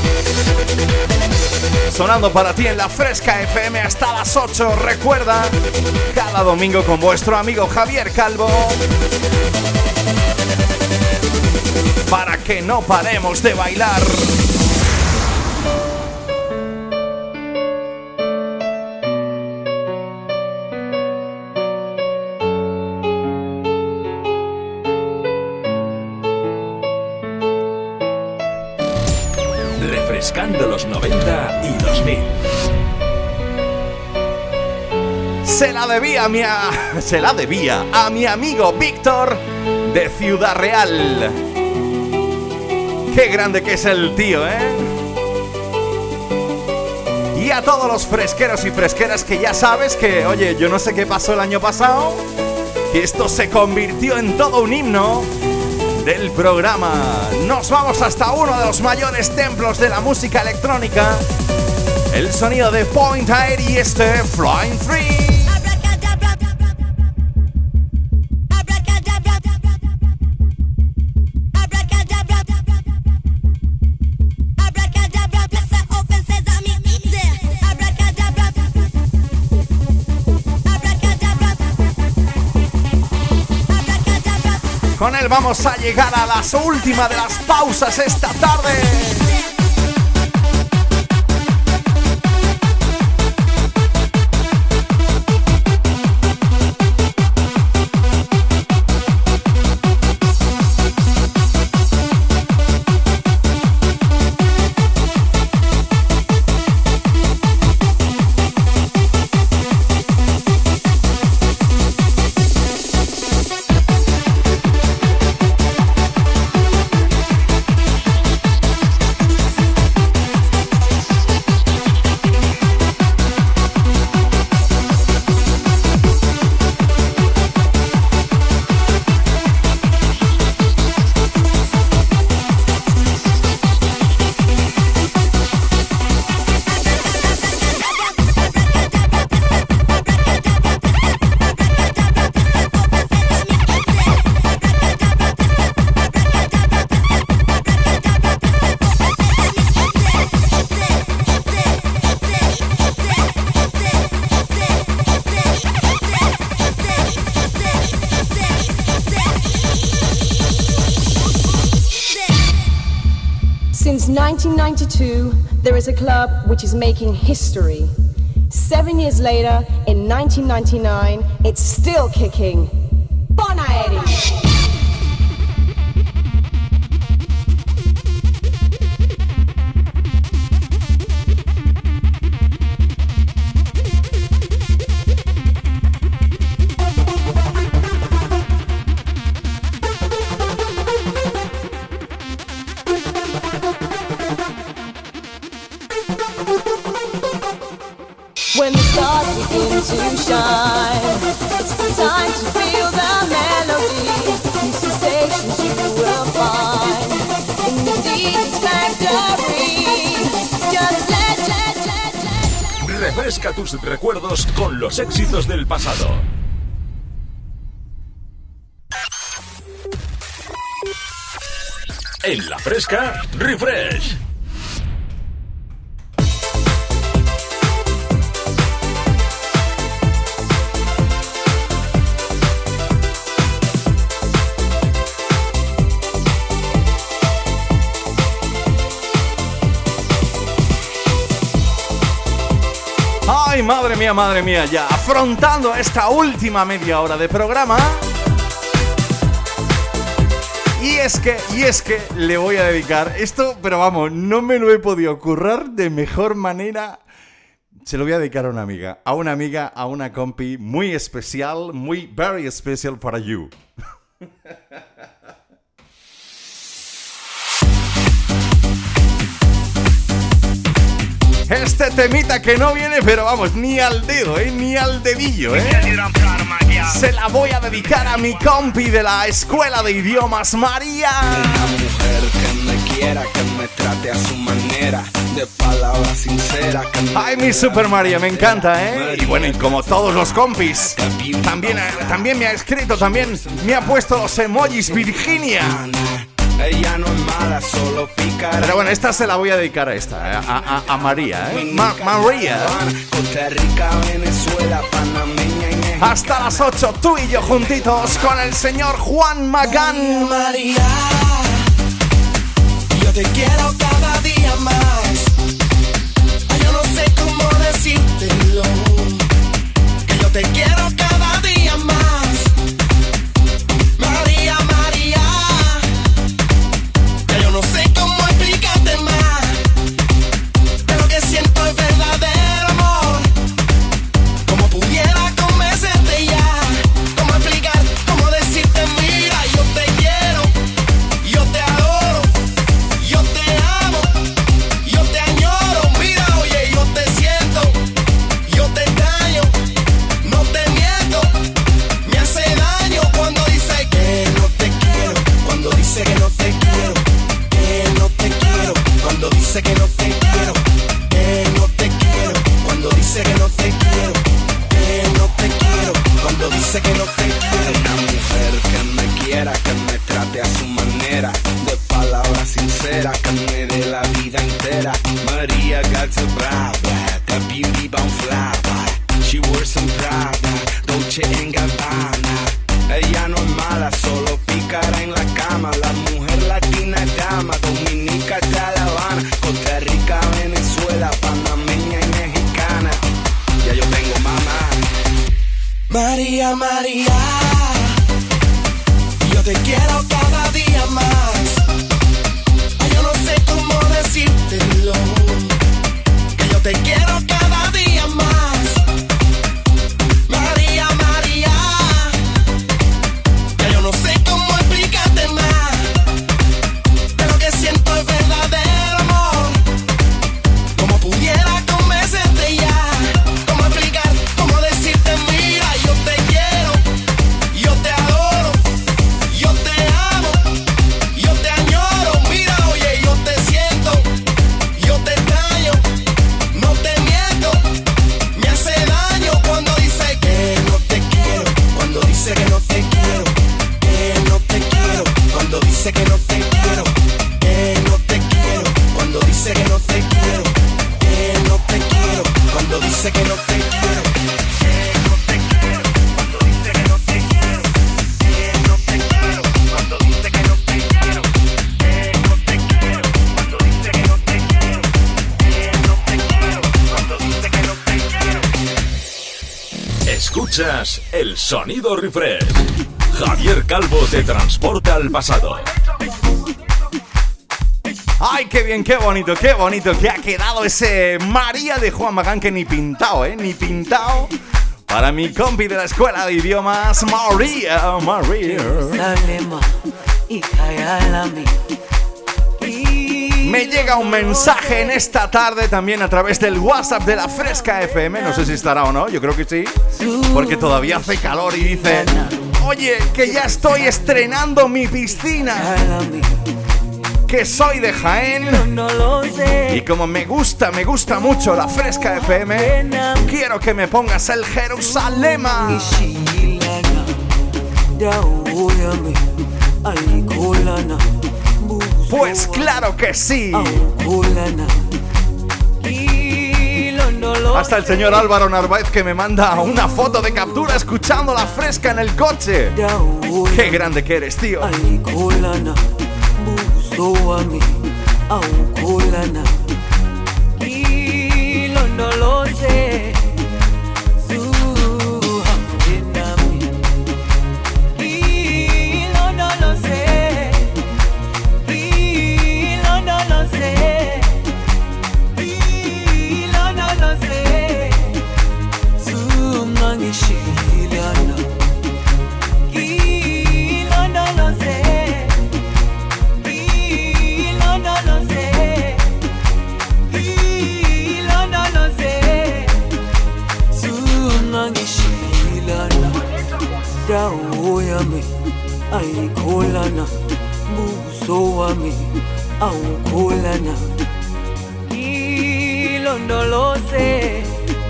sonando para ti en la Fresca FM hasta las 8. Recuerda, cada domingo con vuestro amigo Javier Calvo, para que no paremos de bailar. Refrescando los 90 y 2000. Se la debía a mi amigo Víctor de Ciudad Real. Qué grande que es el tío, ¿eh? Y a todos los fresqueros y fresqueras que ya sabes que, oye, yo no sé qué pasó el año pasado, que esto se convirtió en todo un himno del programa. Nos vamos hasta uno de los mayores templos de la música electrónica, el sonido de Point Air y este Flying Free. Con él vamos a llegar a la última de las pausas esta tarde. Since 1992, there is a club which is making history. 7 years later, in 1999, it's still kicking. Bonaeri! When the stars begin to shine, it's the time to feel the melody. These sensations you will find in the DJ's factory. Just let. Refresca tus recuerdos con los éxitos del pasado. En La Fresca, Refresh. Ay, madre mía, ya afrontando esta última media hora de programa. Y es que le voy a dedicar esto, pero vamos, no me lo he podido currar de mejor manera. Se lo voy a dedicar a una amiga, a una compi muy especial, very special para you. Este temita que no viene, pero vamos, ni al dedo, ni al dedillo, Se la voy a dedicar a mi compi de la Escuela de Idiomas, María. Una mujer que me quiera, que me trate a su manera, de palabras sinceras. Ay, mi Super María, me encanta, Y bueno, y como todos los compis, también me ha escrito, también me ha puesto los emojis Virginia. Ella no es mala, solo pica. Pero bueno, esta se la voy a dedicar a esta, a María, María. Costa Rica, Venezuela, panameña y México. Hasta las 8, tú y yo juntitos con el señor Juan Magán. María, yo te quiero cada día más. Ay, yo no sé cómo decírtelo, que yo te quiero cada día más. María, María, que yo no sé cómo explicarte más, pero que siento es verdadero amor. Como pudiera convencerte ya, cómo explicar, cómo decirte, mira, yo te quiero, yo te adoro, yo te amo, got to Prada, that beauty bound fly. She wears some Prada, Dolce & Gabbana. Ella no es mala, solo pícara en la cama. La mujer latina es dama, dominica hasta La Habana, Costa Rica, Venezuela, panameña y mexicana. Ya yo tengo mamá. María, María, yo te quiero cada día más. Ay, yo no sé cómo decírtelo, que yo te quiero cada día más. María, María, que yo no sé cómo explicarte más, que lo que siento es verdadero amor. Como pudiera convencerte ya, cómo explicar, cómo decirte mira, yo te quiero, yo te adoro, yo te amo, yo te añoro. Mira, oye, yo te siento, yo te extraño, no te miento, me hace daño cuando dice que no te quiero, cuando dice que no te quiero, que no te quiero, cuando dice que no te quiero, que no te quiero, cuando dice que no te quiero, que no te quiero, cuando dice que no te quiero, que no te quiero, cuando dice que no te quiero, que no te quiero, cuando dice que no te quiero, que no te quiero, cuando dice que no te quiero, que no te quiero, cuando dice que no te quiero. Escuchas el Sonido Refresh. Javier Calvo te transporta al pasado. ¡Ay, qué bien, qué bonito que ha quedado ese María de Juan Magán, que ni pintado, ni pintado. Para mi compi de la escuela de idiomas, María, María. Me llega un mensaje en esta tarde también a través del WhatsApp de la Fresca FM. No sé si estará o no, yo creo que sí, porque todavía hace calor, y dice: oye, que ya estoy estrenando mi piscina, que soy de Jaén, y como me gusta mucho la Fresca FM, quiero que me pongas el Jerusalema. Pues claro que sí. Hasta el señor Álvaro Narváez, que me manda una foto de captura escuchando la Fresca en el coche. Qué grande que eres, tío. Ayikholana buso wami awukholana ilondoloze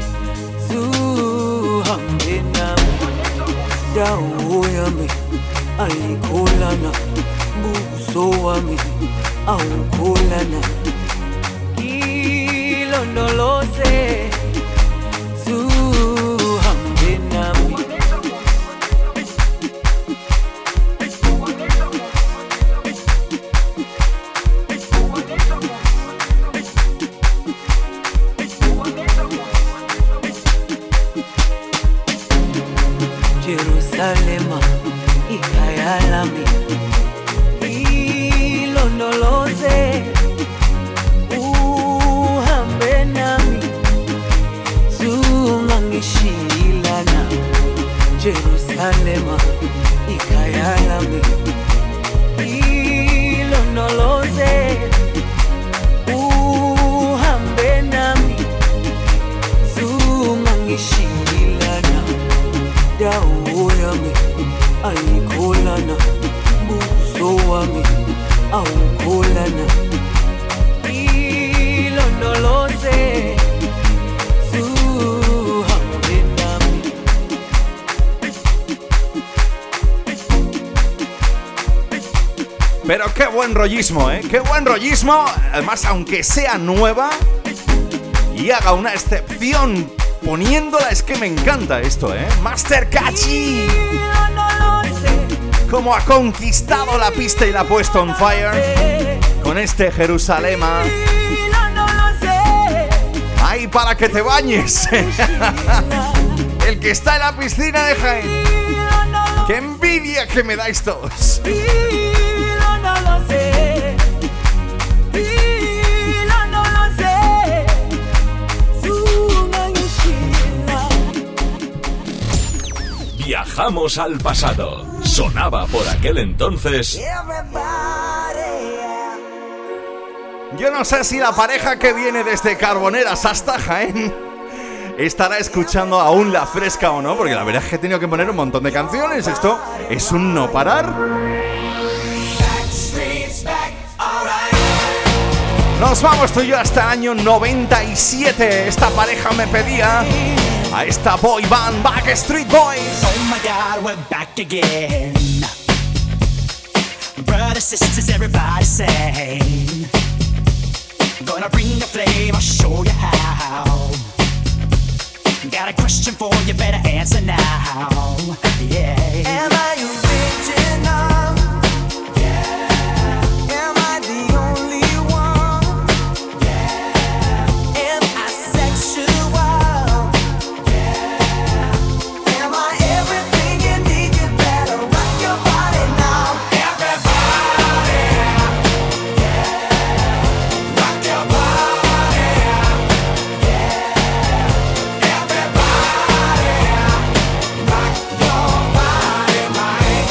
zuhambe nami dawo yami ayikholana buso wami awukholana ilondoloze zuhambe nami. Jerusalema ikhaya lami ilondoloze uhambe nami zungangishilana. Jerusalema ikhaya lami ilondoloze uhambe nami zungangishilana. Dawo yami ayikholana buso wami awukholana ilondoloze zuhambe nami. Pero qué buen rollismo, qué buen rollismo. Además, aunque sea nueva, y haga una excepción poniéndola. Es que me encanta esto, ¿eh? Master Kachi. Cómo ha conquistado la pista y la ha puesto on fire con este Jerusalema. ¡Ay, para que te bañes! El que está en la piscina de Jaén. ¡Qué envidia que me dais todos! Viajamos al pasado. Sonaba por aquel entonces. Yo no sé si la pareja que viene desde Carboneras hasta Jaén estará escuchando aún La Fresca o no, porque la verdad es que he tenido que poner un montón de canciones. Esto es un no parar. Nos vamos tú y yo hasta el año 97. Esta pareja me pedía a esta boy band Backstreet Boys. Oh my God, we're back again. Brothers, sisters, everybody sing. Gonna bring the flame, I'll show you how. Got a question for you, better answer now. Yeah. Am I original? Yeah. Am I the only one? Yeah. Am I sexual? Yeah. Am I everything you need? You better rock your body now. Everybody, yeah. Rock your body, yeah. Everybody, rock your body, right?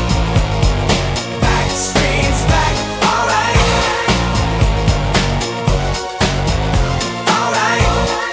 Backstreet's back, alright. Alright.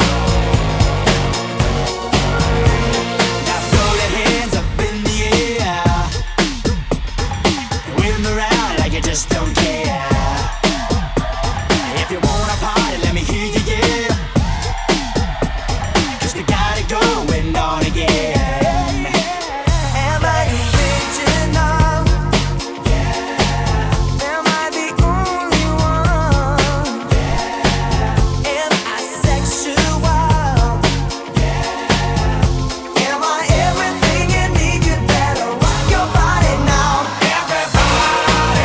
Now throw your hands up in the air. Wave 'em around like you just don't care. If you wanna party, let me hear you, yeah. 'Cause we got it going on again. Am I original? Yeah. Am I the only one? Yeah. Am I sexual? Yeah. Am I everything you need? You better rock your body now. Everybody,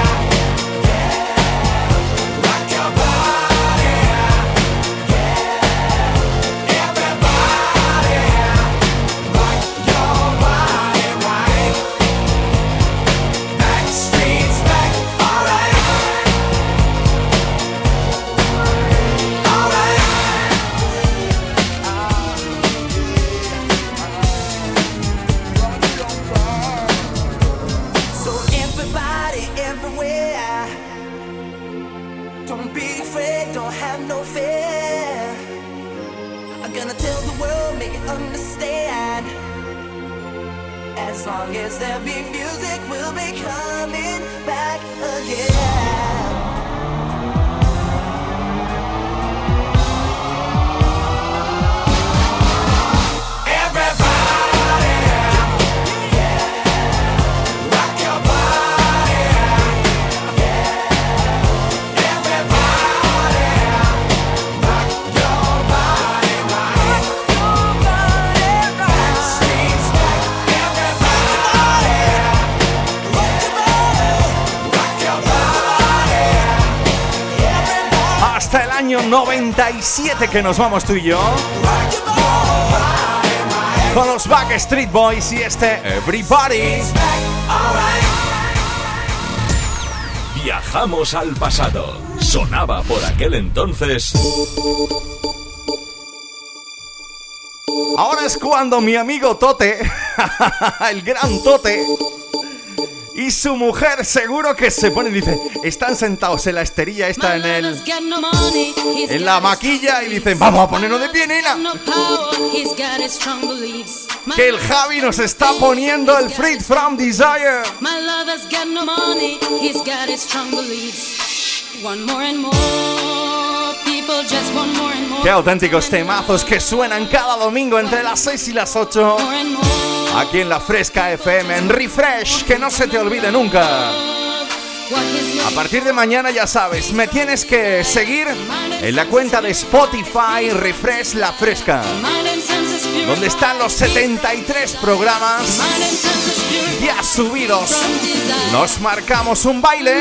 yeah. Rock your body, yeah. Everybody, rock your body, right? Backstreet's back, alright. Alright. So everybody, everywhere, don't be afraid, don't have no fear. I'm gonna tell the world, make it understand. As long as there be music, we'll be coming back again. Everybody, yeah, rock your body, yeah. Everybody, rock your body, right? Backstreet's back. Everybody, rock your body, Hasta el año 97 que nos vamos tú y yo con los Backstreet Boys y este Everybody. Viajamos al pasado. Sonaba por aquel entonces. Ahora es cuando mi amigo Tote, el gran Tote, y su mujer seguro que se ponen, dice, están sentados en la esterilla esta en la maquilla y dicen, vamos a ponernos de pie, nena. Que el Javi nos está poniendo el Freed from Desire. Qué auténticos temazos que suenan cada domingo entre las 6 y las 8 aquí en La Fresca FM, en Refresh, que no se te olvide nunca. A partir de mañana ya sabes, me tienes que seguir en la cuenta de Spotify Refresh La Fresca, donde están los 73 programas ya subidos. Nos marcamos un baile.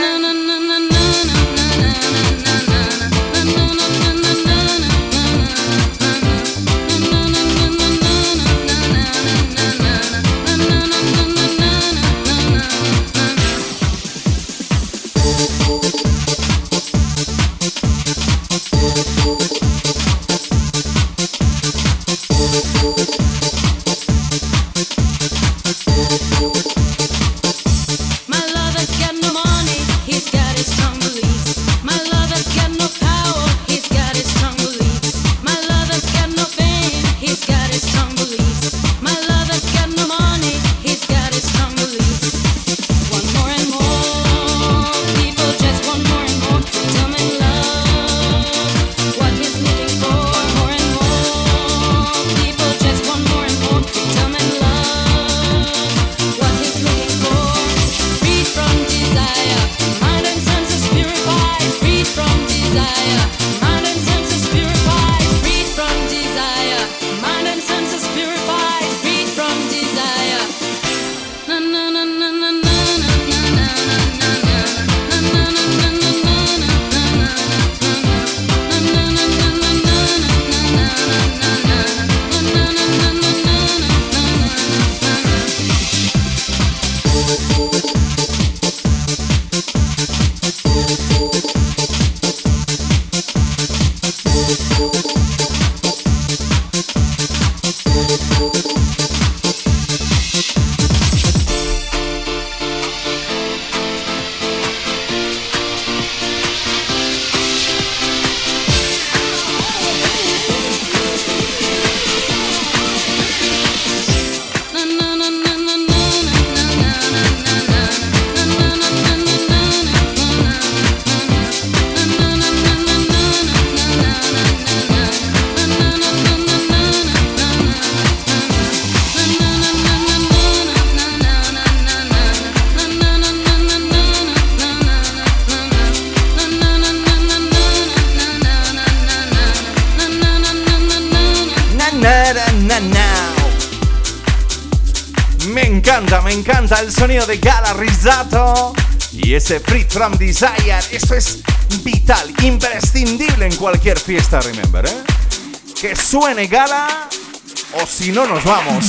Me encanta el sonido de Gala Rizzato y ese Free From Desire. Eso es vital, imprescindible en cualquier fiesta, remember, ¿eh? Que suene Gala o si no nos vamos.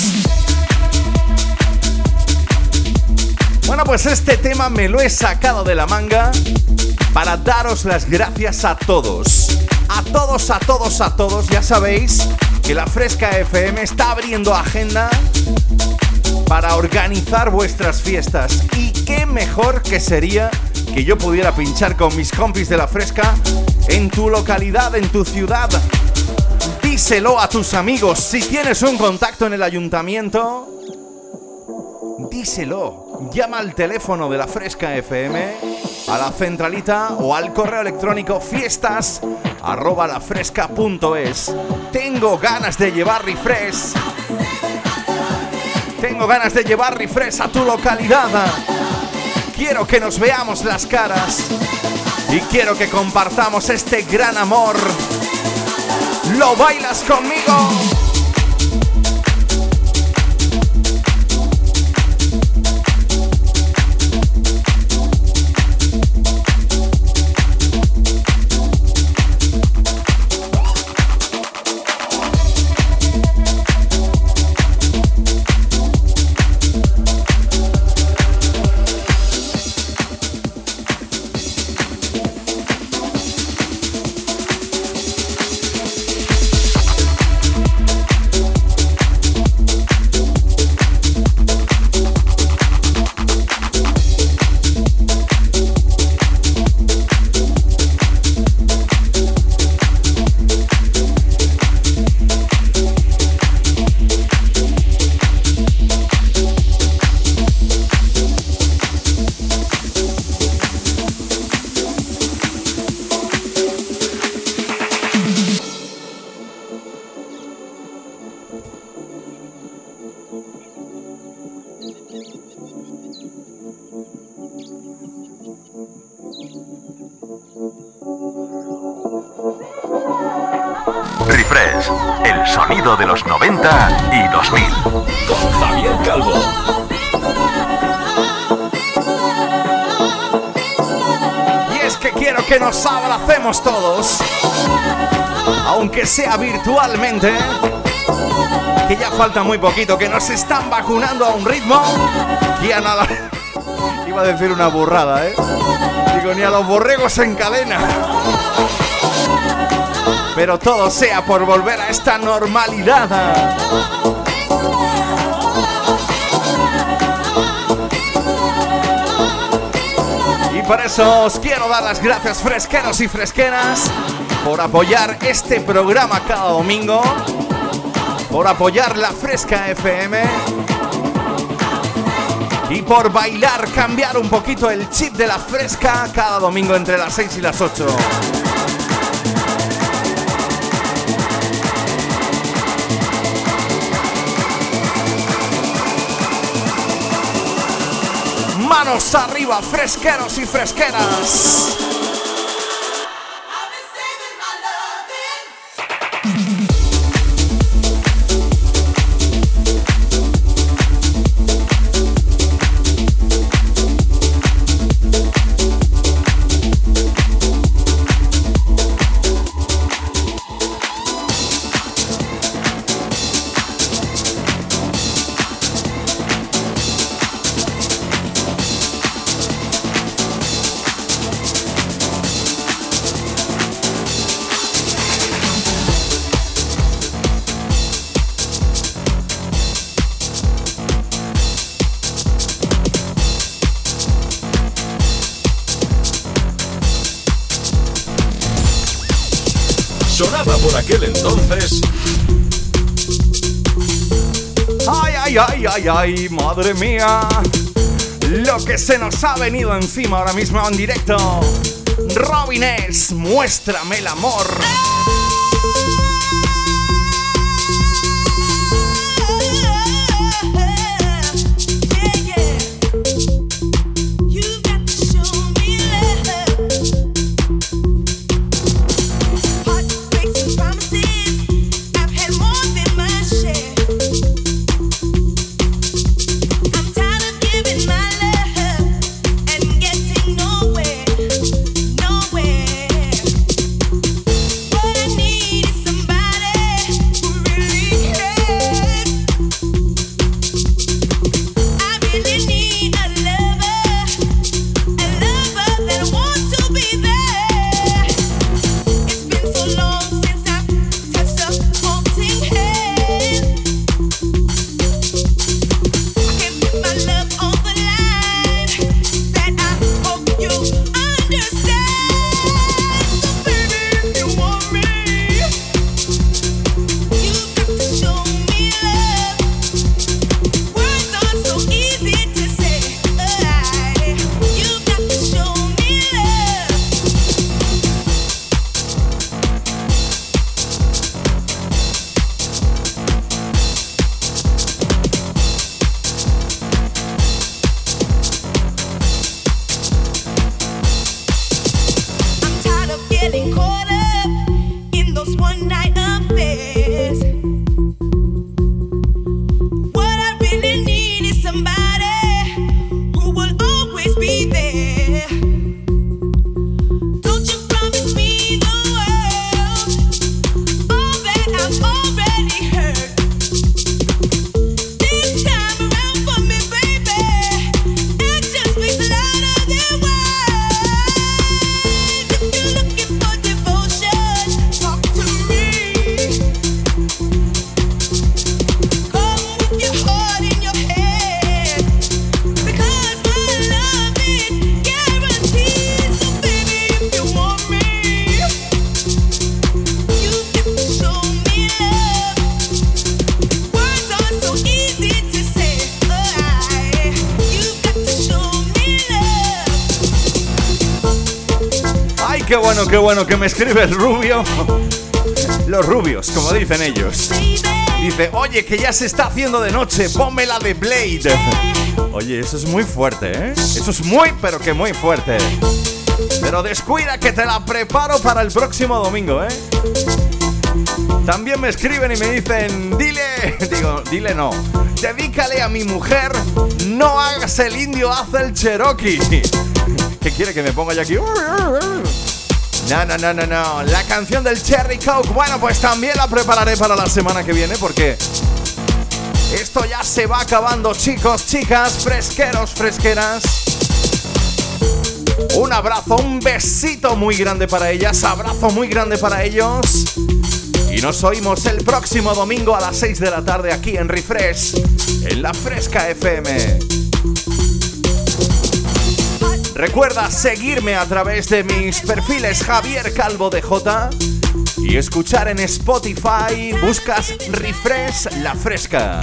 Bueno, pues este tema me lo he sacado de la manga para daros las gracias a todos. A todos, a todos, a todos. Ya sabéis que la Fresca FM está abriendo agenda para organizar vuestras fiestas. Y qué mejor que sería que yo pudiera pinchar con mis compis de la Fresca en tu localidad, en tu ciudad. Díselo a tus amigos. Si tienes un contacto en el ayuntamiento, díselo. Llama al teléfono de la Fresca FM, a la centralita o al correo electrónico fiestas@lafresca.es. Tengo ganas de llevar refresh. Tengo ganas de llevar refresh a tu localidad. Quiero que nos veamos las caras y quiero que compartamos este gran amor. ¿Lo bailas conmigo? Refresh, el sonido de los 90 y 2000. Con Javier Calvo. Y es que quiero que nos abracemos todos, aunque sea virtualmente, que ya falta muy poquito, que nos están vacunando a un ritmo que a nada... Iba a decir una burrada, Digo, ni a los borregos en cadena. Pero todo sea por volver a esta normalidad. Y por eso os quiero dar las gracias, fresqueros y fresqueras, por apoyar este programa cada domingo, por apoyar la Fresca FM y por bailar, cambiar un poquito el chip de la Fresca cada domingo entre las 6 y las 8. Manos arriba, fresqueros y fresqueras. Sonaba por aquel entonces. Ay, ay, ay, ay, ay, madre mía. Lo que se nos ha venido encima ahora mismo en directo. Robin S, muéstrame el amor. Qué bueno que me escribe el rubio. Los rubios, como dicen ellos. Dice, oye, que ya se está haciendo de noche, ponme la de Blade. Oye, eso es muy fuerte, Eso es muy, pero que muy fuerte. Pero descuida que te la preparo para el próximo domingo, También me escriben y me dicen, dile no, dedícale a mi mujer, no hagas el indio, haz el Cherokee. ¿Qué quiere que me ponga yo aquí? No. La canción del Cherry Coke, bueno, pues también la prepararé para la semana que viene porque esto ya se va acabando, chicos, chicas, fresqueros, fresqueras. Un abrazo, un besito muy grande para ellas, abrazo muy grande para ellos. Y nos oímos el próximo domingo a las 6 de la tarde aquí en Refresh, en La Fresca FM. Recuerda seguirme a través de mis perfiles Javier Calvo DJ y escuchar en Spotify, buscas Refresh La Fresca.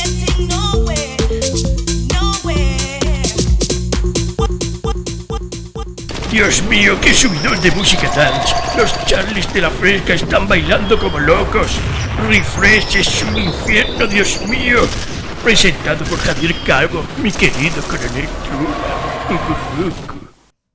Dios mío, qué subidón de música dance. Los Charlies de La Fresca están bailando como locos. Refresh es un infierno, Dios mío. Presentado por Javier Calvo, mi querido coronel Trula.